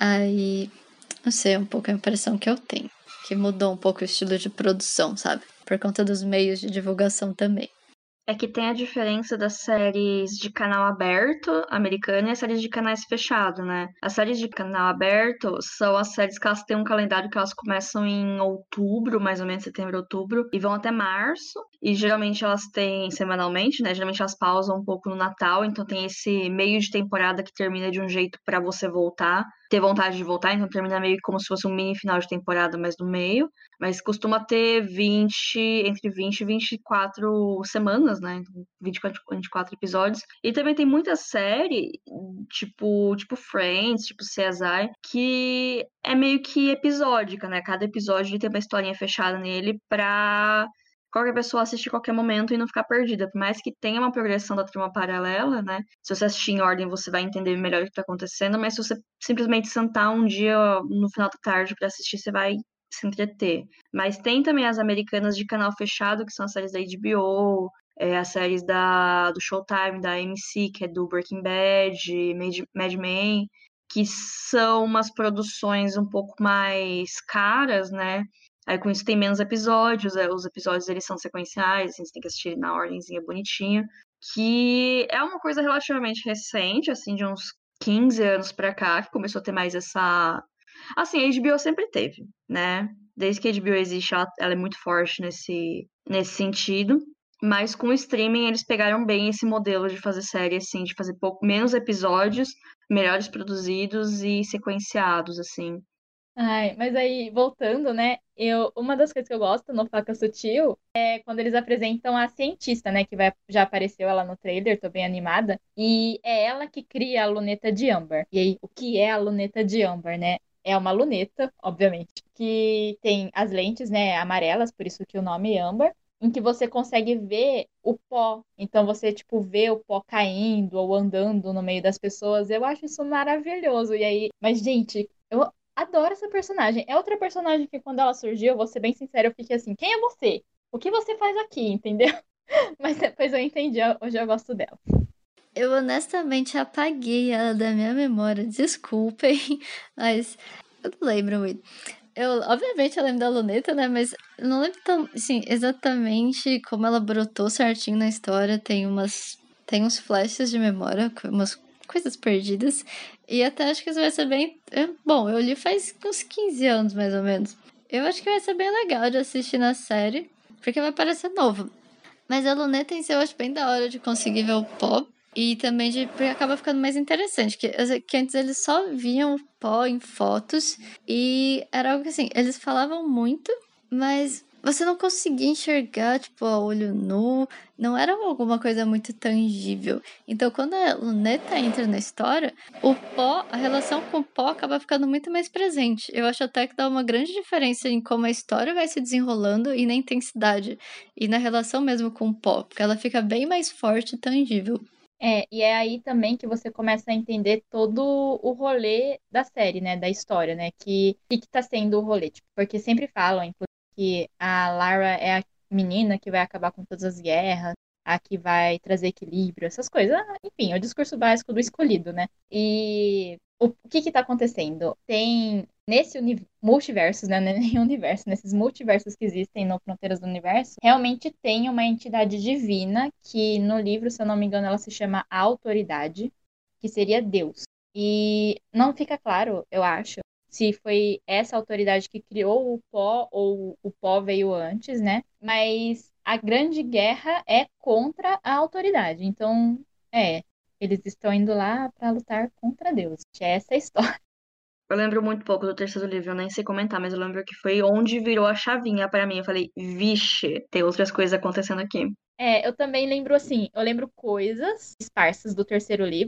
Aí, não sei, é um pouco a impressão que eu tenho. Que mudou um pouco o estilo de produção, sabe? Por conta dos meios de divulgação também. É que tem a diferença das séries de canal aberto americano e as séries de canais fechados, né? As séries de canal aberto são as séries que elas têm um calendário que elas começam em outubro, mais ou menos setembro, outubro, e vão até março. E geralmente elas têm semanalmente, né? Geralmente elas pausam um pouco no Natal, então tem esse meio de temporada que termina de um jeito pra você voltar, ter vontade de voltar, então termina meio como se fosse um mini final de temporada, mas no meio. Mas costuma ter vinte, entre vinte e vinte e quatro semanas, né? vinte e quatro, vinte e quatro episódios. E também tem muita série, tipo, tipo Friends, tipo C S I, que é meio que episódica, né? Cada episódio tem uma historinha fechada nele pra qualquer pessoa assistir a qualquer momento e não ficar perdida. Por mais que tenha uma progressão da trama paralela, né? Se você assistir em ordem, você vai entender melhor o que tá acontecendo, mas se você simplesmente sentar um dia no final da tarde pra assistir, você vai se entreter. Mas tem também as americanas de canal fechado, que são as séries da H B O, é, as séries da, do Showtime, da A M C, que é do Breaking Bad, Mad, Mad Men, que são umas produções um pouco mais caras, né? Aí com isso tem menos episódios, é, os episódios eles são sequenciais, assim, você tem que assistir na ordemzinha bonitinha, que é uma coisa relativamente recente, assim, de uns quinze anos pra cá, que começou a ter mais essa... Assim, a H B O sempre teve, né? Desde que a H B O existe, ela, ela é muito forte nesse, nesse sentido. Mas com o streaming, eles pegaram bem esse modelo de fazer série, assim, de fazer pouco, menos episódios, melhores produzidos e sequenciados, assim. Ai, mas aí, voltando, né? Eu, uma das coisas que eu gosto no Faca Sutil é quando eles apresentam a cientista, né? Que vai, já apareceu ela no trailer, tô bem animada. E é ela que cria a luneta de âmbar. E aí, o que é a luneta de âmbar, né? É uma luneta, obviamente, que tem as lentes, né, amarelas, por isso que o nome é âmbar, em que você consegue ver o pó. Então você, tipo, vê o pó caindo ou andando no meio das pessoas. Eu acho isso maravilhoso. E aí, mas, gente, eu adoro essa personagem. É outra personagem que, quando ela surgiu, eu vou ser bem sincera, eu fiquei assim: quem é você? O que você faz aqui? Entendeu? Mas depois eu entendi, hoje eu gosto dela. Eu honestamente apaguei ela da minha memória, desculpem, mas eu não lembro muito. Eu, obviamente, eu lembro da luneta, né? Mas eu não lembro tão, assim, exatamente como ela brotou certinho na história. Tem umas. Tem uns flashes de memória, umas coisas perdidas. E até acho que isso vai ser bem. eu- Bom, eu li faz uns quinze anos, mais ou menos. Eu acho que vai ser bem legal de assistir na série, porque vai parecer novo. Mas a luneta em si eu acho bem da hora de conseguir ver o pó. E também de, porque acaba ficando mais interessante. Que, que antes eles só viam o pó em fotos. E era algo que assim, eles falavam muito, mas você não conseguia enxergar, tipo, a olho nu. Não era alguma coisa muito tangível. Então, quando a luneta entra na história, o pó, a relação com o pó acaba ficando muito mais presente. Eu acho até que dá uma grande diferença em como a história vai se desenrolando e na intensidade. E na relação mesmo com o pó, porque ela fica bem mais forte e tangível. É, e é aí também que você começa a entender todo o rolê da série, né? Da história, né? Que o que, que tá sendo o rolê? Tipo, porque sempre falam, inclusive, que a Lara é a menina que vai acabar com todas as guerras, a que vai trazer equilíbrio, essas coisas. Ah, enfim, é o discurso básico do escolhido, né? E o, o que que tá acontecendo? Tem nesse uni- multiversos, né? Não é nem universo, nesses multiversos que existem no Fronteiras do Universo, realmente tem uma entidade divina que no livro, se eu não me engano, ela se chama a Autoridade, que seria Deus. E não fica claro, eu acho, se foi essa autoridade que criou o pó ou o pó veio antes, né? Mas a grande guerra é contra a autoridade. Então, é, eles estão indo lá para lutar contra Deus. Essa é a história. Eu lembro muito pouco do terceiro livro, eu nem sei comentar, mas eu lembro que foi onde virou a chavinha pra mim. Eu falei, vixe, tem outras coisas acontecendo aqui. É, eu também lembro assim, eu lembro coisas esparsas do terceiro livro,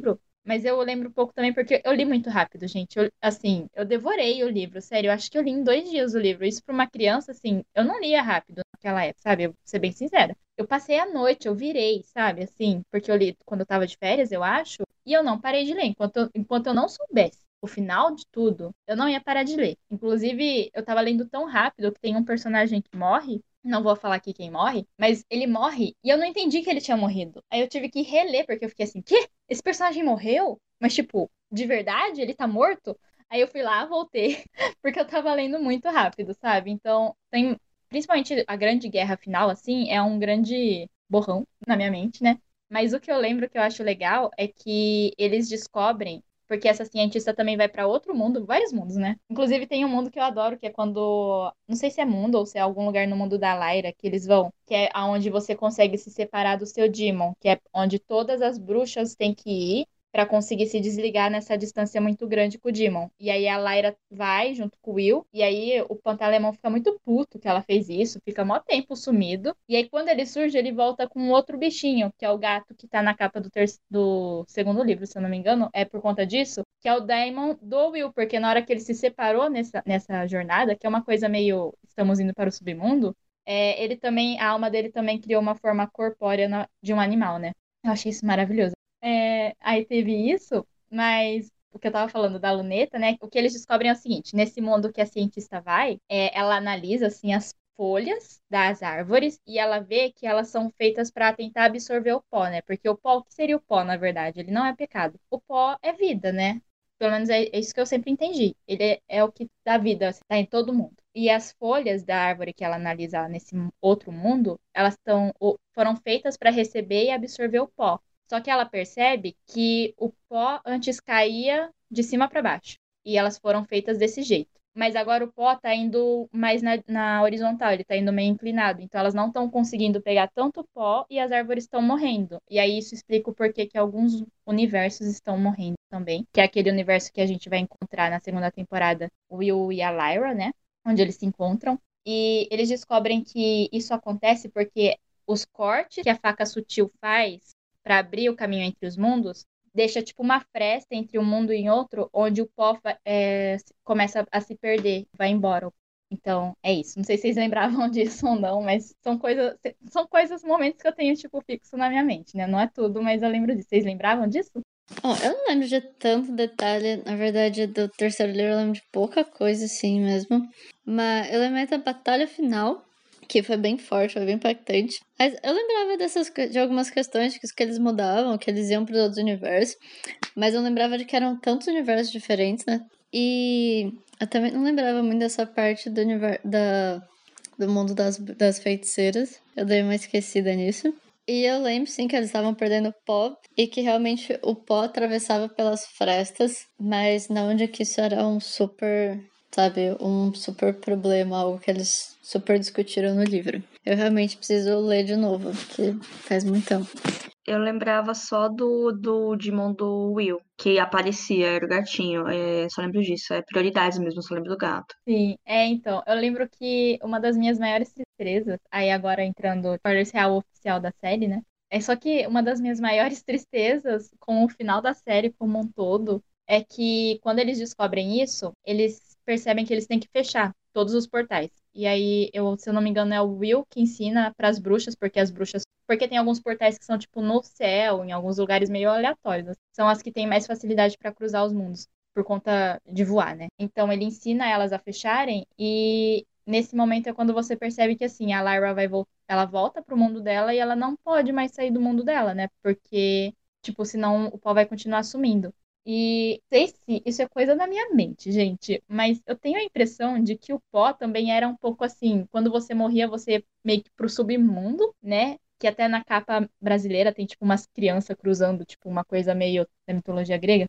Mas eu lembro um pouco também porque eu li muito rápido, gente. Eu, assim, eu devorei o livro, sério. Eu acho que eu li em dois dias o livro. Isso pra uma criança, assim, eu não lia rápido naquela época, sabe? Eu vou ser bem sincera. Eu passei a noite, eu virei, sabe? Assim, porque eu li quando eu tava de férias, eu acho. E eu não parei de ler. Enquanto eu, enquanto eu não soubesse o final de tudo, eu não ia parar de ler. Inclusive, eu tava lendo tão rápido que tem um personagem que morre. Não vou falar aqui quem morre, mas ele morre e eu não entendi que ele tinha morrido. Aí eu tive que reler, porque eu fiquei assim, quê? Esse personagem morreu? Mas, tipo, de verdade? Ele tá morto? Aí eu fui lá, voltei, porque eu tava lendo muito rápido, sabe? Então, tem. Principalmente a grande guerra final, assim, é um grande borrão na minha mente, né? Mas o que eu lembro que eu acho legal é que eles descobrem, porque essa cientista também vai pra outro mundo, vários mundos, né? Inclusive tem um mundo que eu adoro, que é quando, não sei se é mundo ou se é algum lugar no mundo da Lyra que eles vão, que é aonde você consegue se separar do seu Demon, que é onde todas as bruxas têm que ir pra conseguir se desligar nessa distância muito grande com o Demon. E aí a Lyra vai junto com o Will, e aí o Pantalemon fica muito puto que ela fez isso, fica mó tempo sumido. E aí quando ele surge, ele volta com outro bichinho, que é o gato que tá na capa do, ter... do segundo livro, se eu não me engano, é por conta disso, que é o Daimon do Will, porque na hora que ele se separou nessa, nessa jornada, que é uma coisa meio estamos indo para o submundo, é, ele também, a alma dele também criou uma forma corpórea na- de um animal, né? Eu achei isso maravilhoso. É, aí teve isso, mas o que eu tava falando da luneta, né? O que eles descobrem é o seguinte: nesse mundo que a cientista vai, é, ela analisa assim as folhas das árvores e ela vê que elas são feitas para tentar absorver o pó, né? Porque o pó, o que seria o pó, na verdade? Ele não é pecado. O pó é vida, né? Pelo menos é, é isso que eu sempre entendi. Ele é, é o que dá vida, assim, tá em todo mundo. E as folhas da árvore que ela analisa nesse outro mundo, elas estão, foram feitas para receber e absorver o pó. Só que ela percebe que o pó antes caía de cima para baixo. E elas foram feitas desse jeito. Mas agora o pó tá indo mais na, na horizontal, ele tá indo meio inclinado. Então elas não estão conseguindo pegar tanto pó e as árvores estão morrendo. E aí isso explica o porquê que alguns universos estão morrendo também. Que é aquele universo que a gente vai encontrar na segunda temporada, o Will e a Lyra, né? Onde eles se encontram. E eles descobrem que isso acontece porque os cortes que a faca sutil faz para abrir o caminho entre os mundos, deixa tipo uma fresta entre um mundo e outro, onde o pó é, começa a se perder, vai embora. Então, é isso. Não sei se vocês lembravam disso ou não, mas são coisas, são coisas, momentos que eu tenho, tipo, fixo na minha mente, né? Não é tudo, mas eu lembro disso. Vocês lembravam disso? Bom, eu não lembro de tanto detalhe. Na verdade, do terceiro livro eu lembro de pouca coisa, assim mesmo. Mas eu lembro da batalha final, que foi bem forte, foi bem impactante. Mas eu lembrava dessas, de algumas questões que, que eles mudavam, que eles iam para os outros universos. Mas eu lembrava de que eram tantos universos diferentes, né? E eu também não lembrava muito dessa parte do, universo, da, do mundo das, das feiticeiras. Eu dei uma esquecida nisso. E eu lembro, sim, que eles estavam perdendo pó e que realmente o pó atravessava pelas frestas, mas não de que isso era um super, sabe, um super problema, algo que eles super discutiram no livro. Eu realmente preciso ler de novo, porque faz muito tempo. Eu lembrava só do, do Digimon do Will, que aparecia, era o gatinho. É, só lembro disso. É prioridades mesmo, só lembro do gato. Sim, é, então, eu lembro que uma das minhas maiores tristezas, aí agora entrando para o real oficial da série, né? É só que uma das minhas maiores tristezas com o final da série como um todo é que quando eles descobrem isso, eles percebem que eles têm que fechar todos os portais. E aí, eu, se eu não me engano, é o Will que ensina para as bruxas, porque as bruxas. Porque tem alguns portais que são, tipo, no céu, em alguns lugares meio aleatórios. São as que têm mais facilidade para cruzar os mundos por conta de voar, né? Então ele ensina elas a fecharem e nesse momento é quando você percebe que assim, a Lyra vai voltar, ela volta pro mundo dela e ela não pode mais sair do mundo dela, né? Porque tipo, senão o pó vai continuar sumindo. E sei se isso é coisa da minha mente, gente, mas eu tenho a impressão de que o pó também era um pouco assim, quando você morria, você meio que pro submundo, né? Que até na capa brasileira tem, tipo, umas crianças cruzando, tipo, uma coisa meio da mitologia grega.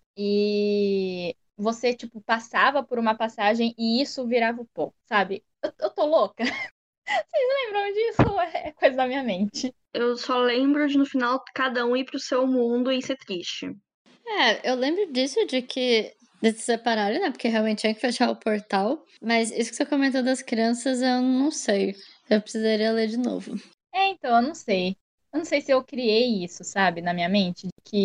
E você, tipo, passava por uma passagem e isso virava o pó, sabe? Eu, eu tô louca. Vocês lembram disso ou é coisa da minha mente? Eu só lembro de no final cada um ir pro seu mundo e ser triste. É, eu lembro disso, de que de se separarem, né? Porque realmente tinha que fechar o portal. Mas isso que você comentou das crianças, eu não sei. Eu precisaria ler de novo. É, então, eu não sei. Eu não sei se eu criei isso, sabe, na minha mente, de que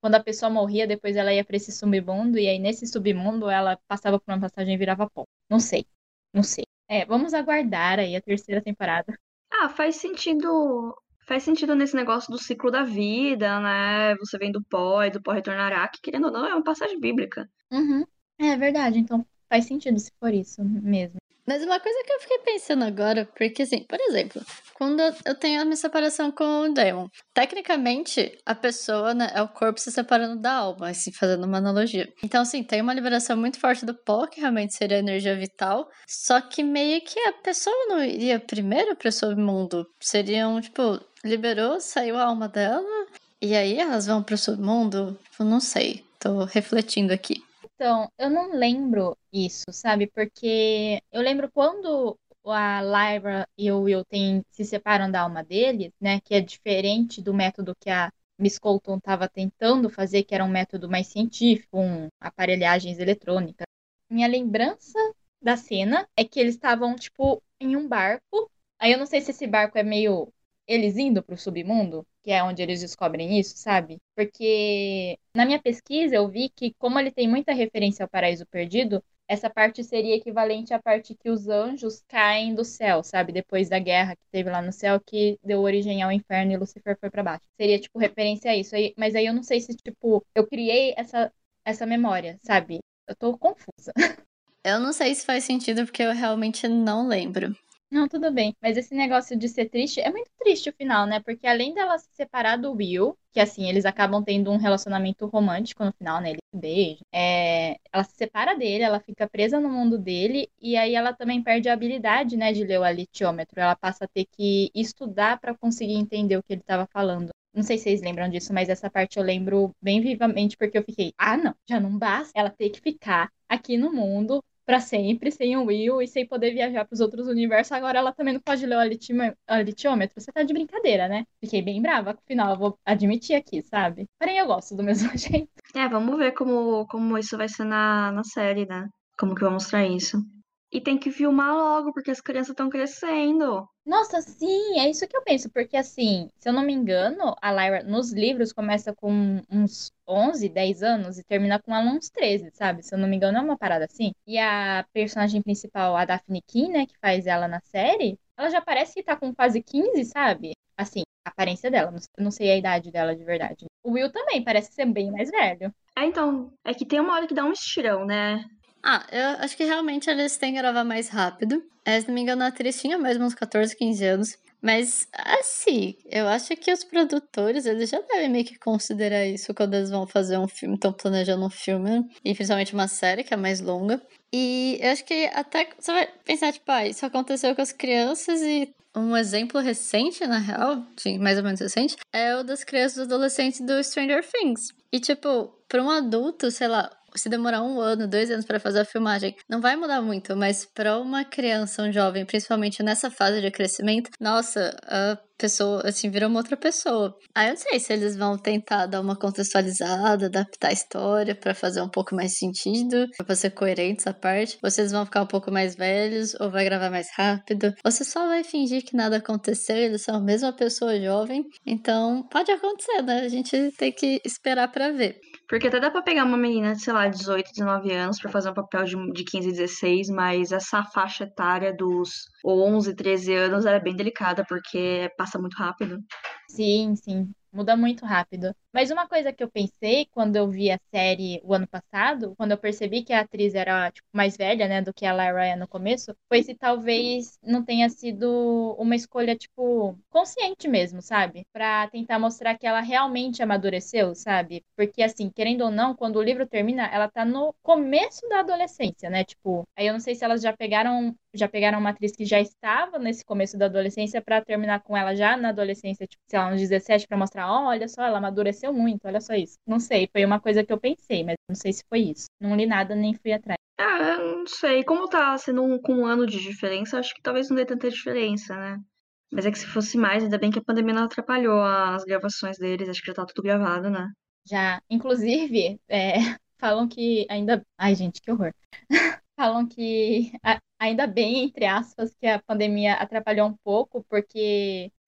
quando a pessoa morria, depois ela ia pra esse submundo, e aí nesse submundo ela passava por uma passagem e virava pó. Não sei, não sei. É, vamos aguardar aí a terceira temporada. Ah, faz sentido. Faz sentido nesse negócio do ciclo da vida, né? Você vem do pó e do pó retornará, que querendo ou não, é uma passagem bíblica. Uhum. É verdade, então faz sentido se for isso mesmo. Mas uma coisa que eu fiquei pensando agora, porque assim, por exemplo, quando eu tenho a minha separação com o Damon, tecnicamente a pessoa, né, é o corpo se separando da alma, assim, fazendo uma analogia. Então, assim, tem uma liberação muito forte do pó, que realmente seria a energia vital, só que meio que a pessoa não iria primeiro para o submundo. Seriam, tipo, liberou, saiu a alma dela, e aí elas vão para o submundo? Eu não sei, tô refletindo aqui. Então, eu não lembro isso, sabe? Porque eu lembro quando a Lyra e o Will tem, se separam da alma deles, né? Que é diferente do método que a Miss Colton estava tentando fazer, que era um método mais científico, com aparelhagens eletrônicas. Minha lembrança da cena é que eles estavam, tipo, em um barco. Aí eu não sei se esse barco é meio eles indo pro submundo, que é onde eles descobrem isso, sabe? Porque na minha pesquisa eu vi que, como ele tem muita referência ao Paraíso Perdido, essa parte seria equivalente à parte que os anjos caem do céu, sabe? Depois da guerra que teve lá no céu, que deu origem ao inferno e Lucifer foi pra baixo. Seria, tipo, referência a isso. Aí, mas aí eu não sei se, tipo, eu criei essa, essa memória, sabe? Eu tô confusa. Eu não sei se faz sentido porque eu realmente não lembro. Não, tudo bem. Mas esse negócio de ser triste, é muito triste o final, né? Porque além dela se separar do Will, que assim, eles acabam tendo um relacionamento romântico no final, né? Eles se beijam. É, ela se separa dele, ela fica presa no mundo dele, e aí ela também perde a habilidade, né, de ler o alitiômetro. Ela passa a ter que estudar para conseguir entender o que ele estava falando. Não sei se vocês lembram disso, mas essa parte eu lembro bem vivamente, porque eu fiquei, ah, não, já não basta ela ter que ficar aqui no mundo pra sempre, sem o Will e sem poder viajar pros outros universos. Agora ela também não pode ler o alitime- o litiômetro. Você tá de brincadeira, né? Fiquei bem brava com o final, eu vou admitir aqui, sabe? Porém, eu gosto do mesmo jeito. É, vamos ver como, como isso vai ser na, na série, né? Como que vai mostrar isso. E tem que filmar logo, porque as crianças estão crescendo. Nossa, sim, é isso que eu penso, porque assim, se eu não me engano, a Lyra nos livros começa com uns onze, dez anos e termina com ela uns treze, sabe? Se eu não me engano, é uma parada assim. E a personagem principal, a Daphne King, né, que faz ela na série, ela já parece que tá com quase quinze, sabe? Assim, a aparência dela, não eu não sei a idade dela de verdade. O Will também parece ser bem mais velho. É, então, é que tem uma hora que dá um estirão, né? Ah, eu acho que realmente eles têm que gravar mais rápido. É, se não me engano, a atriz tinha mesmo uns catorze, quinze anos. Mas, assim, eu acho que os produtores, eles já devem meio que considerar isso quando eles vão fazer um filme, estão planejando um filme, e principalmente uma série que é mais longa. E eu acho que até você vai pensar, tipo, ah, isso aconteceu com as crianças e um exemplo recente, na real, sim, mais ou menos recente, é o das crianças e adolescentes do Stranger Things. E, tipo, para um adulto, sei lá, se demorar um ano, dois anos para fazer a filmagem, não vai mudar muito, mas para uma criança, um jovem, principalmente nessa fase de crescimento, nossa, a pessoa, assim, vira uma outra pessoa. Aí eu não sei se eles vão tentar dar uma contextualizada, adaptar a história para fazer um pouco mais sentido, pra ser coerente essa parte. Vocês vão ficar um pouco mais velhos, ou vai gravar mais rápido. Você só vai fingir que nada aconteceu, eles são a mesma pessoa jovem. Então, pode acontecer, né? A gente tem que esperar para ver. Porque até dá pra pegar uma menina, sei lá, dezoito, dezenove anos pra fazer um papel de, de quinze, dezesseis, mas essa faixa etária dos onze, treze anos ela é bem delicada, porque passa muito rápido. Sim, sim. Muda muito rápido. Mas uma coisa que eu pensei quando eu vi a série o ano passado, quando eu percebi que a atriz era, tipo, mais velha, né, do que a Lyra é no começo, foi se talvez não tenha sido uma escolha, tipo, consciente mesmo, sabe? Pra tentar mostrar que ela realmente amadureceu, sabe? Porque, assim, querendo ou não, quando o livro termina, ela tá no começo da adolescência, né? Tipo, aí eu não sei se elas já pegaram já pegaram uma atriz que já estava nesse começo da adolescência pra terminar com ela já na adolescência, tipo, sei lá, uns dezessete, pra mostrar, ó, olha só, ela amadureceu muito, olha só isso. Não sei, foi uma coisa que eu pensei, mas não sei se foi isso. Não li nada, nem fui atrás. Ah, eu não sei. Como tá sendo um, com um ano de diferença, acho que talvez não dê tanta diferença, né? Mas é que se fosse mais, ainda bem que a pandemia não atrapalhou as gravações deles. Acho que já tá tudo gravado, né? Já, inclusive, é, falam que ainda. Ai, gente, que horror. Falam que a- ainda bem, entre aspas, que a pandemia atrapalhou um pouco, porque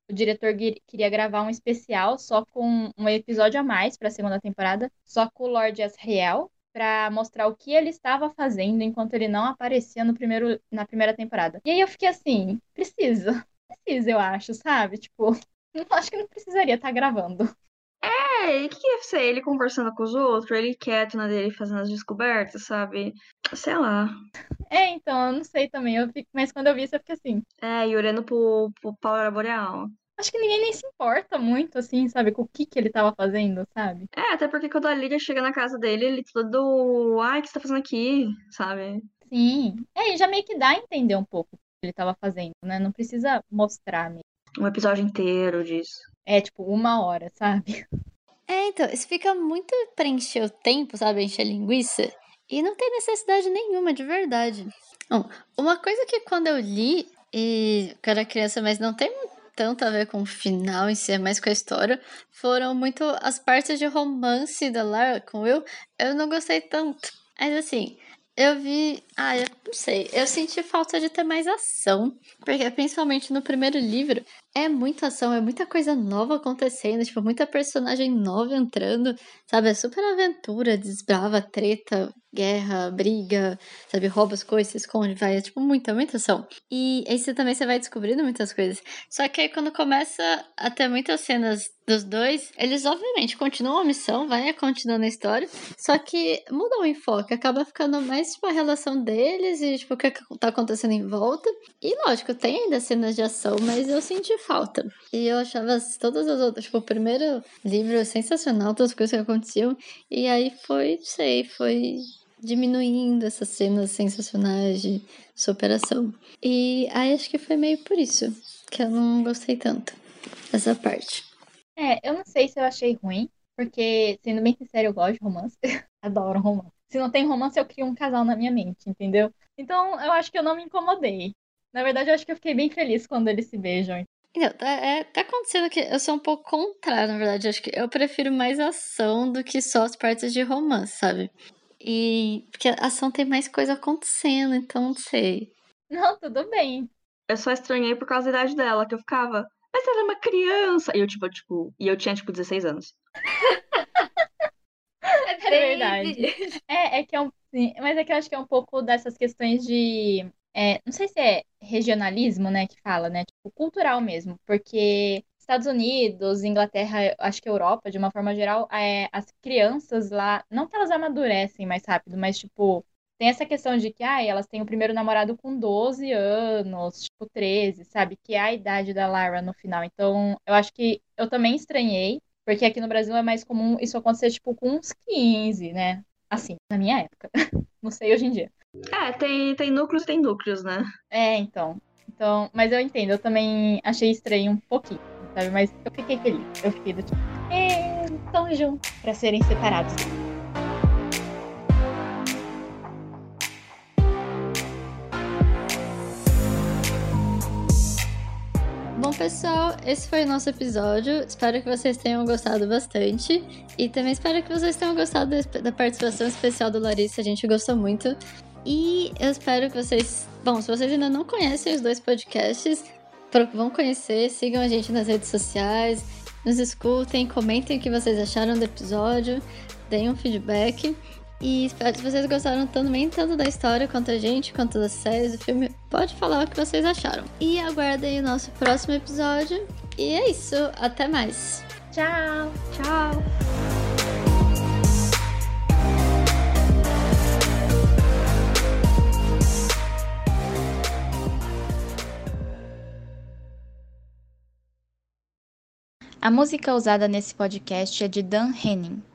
o diretor gui- queria gravar um especial só com um episódio a mais pra segunda temporada, só com o Lord Asriel, pra mostrar o que ele estava fazendo enquanto ele não aparecia no primeiro, na primeira temporada. E aí eu fiquei assim, precisa, precisa, eu acho, sabe? Tipo, não acho que não precisaria estar gravando. É, e o que que ia ser? Ele conversando com os outros, ele quieto na dele fazendo as descobertas, sabe? Sei lá. É, então, eu não sei também, eu fico, mas quando eu vi isso eu fiquei assim, É, e olhando pro, pro Aurora Boreal. acho que ninguém nem se importa muito, assim, sabe, com o que que ele tava fazendo, sabe? É, até porque quando a Lyria chega na casa dele, ele todo. Ai, o que você tá fazendo aqui? Sabe? Sim. É, e já meio que dá a entender um pouco o que ele tava fazendo, né? Não precisa mostrar mesmo. Um episódio inteiro disso. É, tipo, uma hora, sabe? É, então, isso fica muito pra encher o tempo, sabe? Encher linguiça. E não tem necessidade nenhuma, de verdade. Bom, uma coisa que quando eu li, e eu era criança, mas não tem tanto a ver com o final em si, é mais com a história, foram muito as partes de romance da Lara com o Will. Eu não gostei tanto. Mas assim, eu vi. Ah, eu não sei. Eu senti falta de ter mais ação. Porque principalmente no primeiro livro, é muita ação, é muita coisa nova acontecendo, tipo, muita personagem nova entrando, sabe? É super aventura, desbrava, treta, guerra, briga, sabe? Rouba as coisas, se esconde, vai. É tipo muita, muita ação. E aí você também você vai descobrindo muitas coisas. Só que aí quando começa a ter muitas cenas dos dois, eles obviamente continuam a missão, vai continuando a história, só que muda o enfoque, acaba ficando mais tipo a relação deles e tipo o que tá acontecendo em volta. E lógico, tem ainda cenas de ação, mas eu senti falta. E eu achava todas as outras, tipo, o primeiro livro é sensacional, todas as coisas que aconteciam, e aí foi, não sei, foi diminuindo essas cenas sensacionais de superação. E aí acho que foi meio por isso que eu não gostei tanto dessa parte. É, eu não sei se eu achei ruim, porque, sendo bem sincero, eu gosto de romance. Adoro romance. Se não tem romance, eu crio um casal na minha mente, entendeu? Então, eu acho que eu não me incomodei. Na verdade, eu acho que eu fiquei bem feliz quando eles se beijam. Então, tá, é, tá acontecendo que eu sou um pouco contrário, na verdade. Acho que eu prefiro mais ação do que só as partes de romance, sabe? E porque a ação tem mais coisa acontecendo, então não sei. Não, tudo bem. Eu só estranhei por causa da idade dela, que eu ficava. Mas ela é uma criança! E eu, tipo, tipo, e eu tinha, tipo, dezesseis anos. É verdade. É, é que é um. Sim, mas é que eu acho que é um pouco dessas questões de. É, não sei se é regionalismo, né, que fala, né? Tipo, cultural mesmo. Porque Estados Unidos, Inglaterra, acho que Europa, de uma forma geral, é, as crianças lá. Não que elas amadurecem mais rápido, mas, tipo, tem essa questão de que, ah, elas têm o primeiro namorado com doze anos, tipo, treze, sabe? Que é a idade da Lara no final. Então, eu acho que eu também estranhei. Porque aqui no Brasil é mais comum isso acontecer, tipo, com uns quinze, né? Assim, na minha época. Não sei hoje em dia. É, tem, tem núcleos, tem núcleos, né? É, então. Então, mas eu entendo, eu também achei estranho um pouquinho, sabe? Mas eu fiquei feliz. Eu fiquei do tipo, é, estão juntos pra serem separados. Bom, pessoal, esse foi o nosso episódio. Espero que vocês tenham gostado bastante. E também espero que vocês tenham gostado da participação especial do Larissa. A gente gostou muito. E eu espero que vocês... Bom, se vocês ainda não conhecem os dois podcasts, vão conhecer, sigam a gente nas redes sociais, nos escutem, comentem o que vocês acharam do episódio, deem um feedback. E espero que vocês gostaram também, tanto da história quanto a gente, quanto das séries, do filme. Pode falar o que vocês acharam. E aguardem o nosso próximo episódio. E é isso, até mais. Tchau! Tchau! A música usada nesse podcast é de Dan Henning.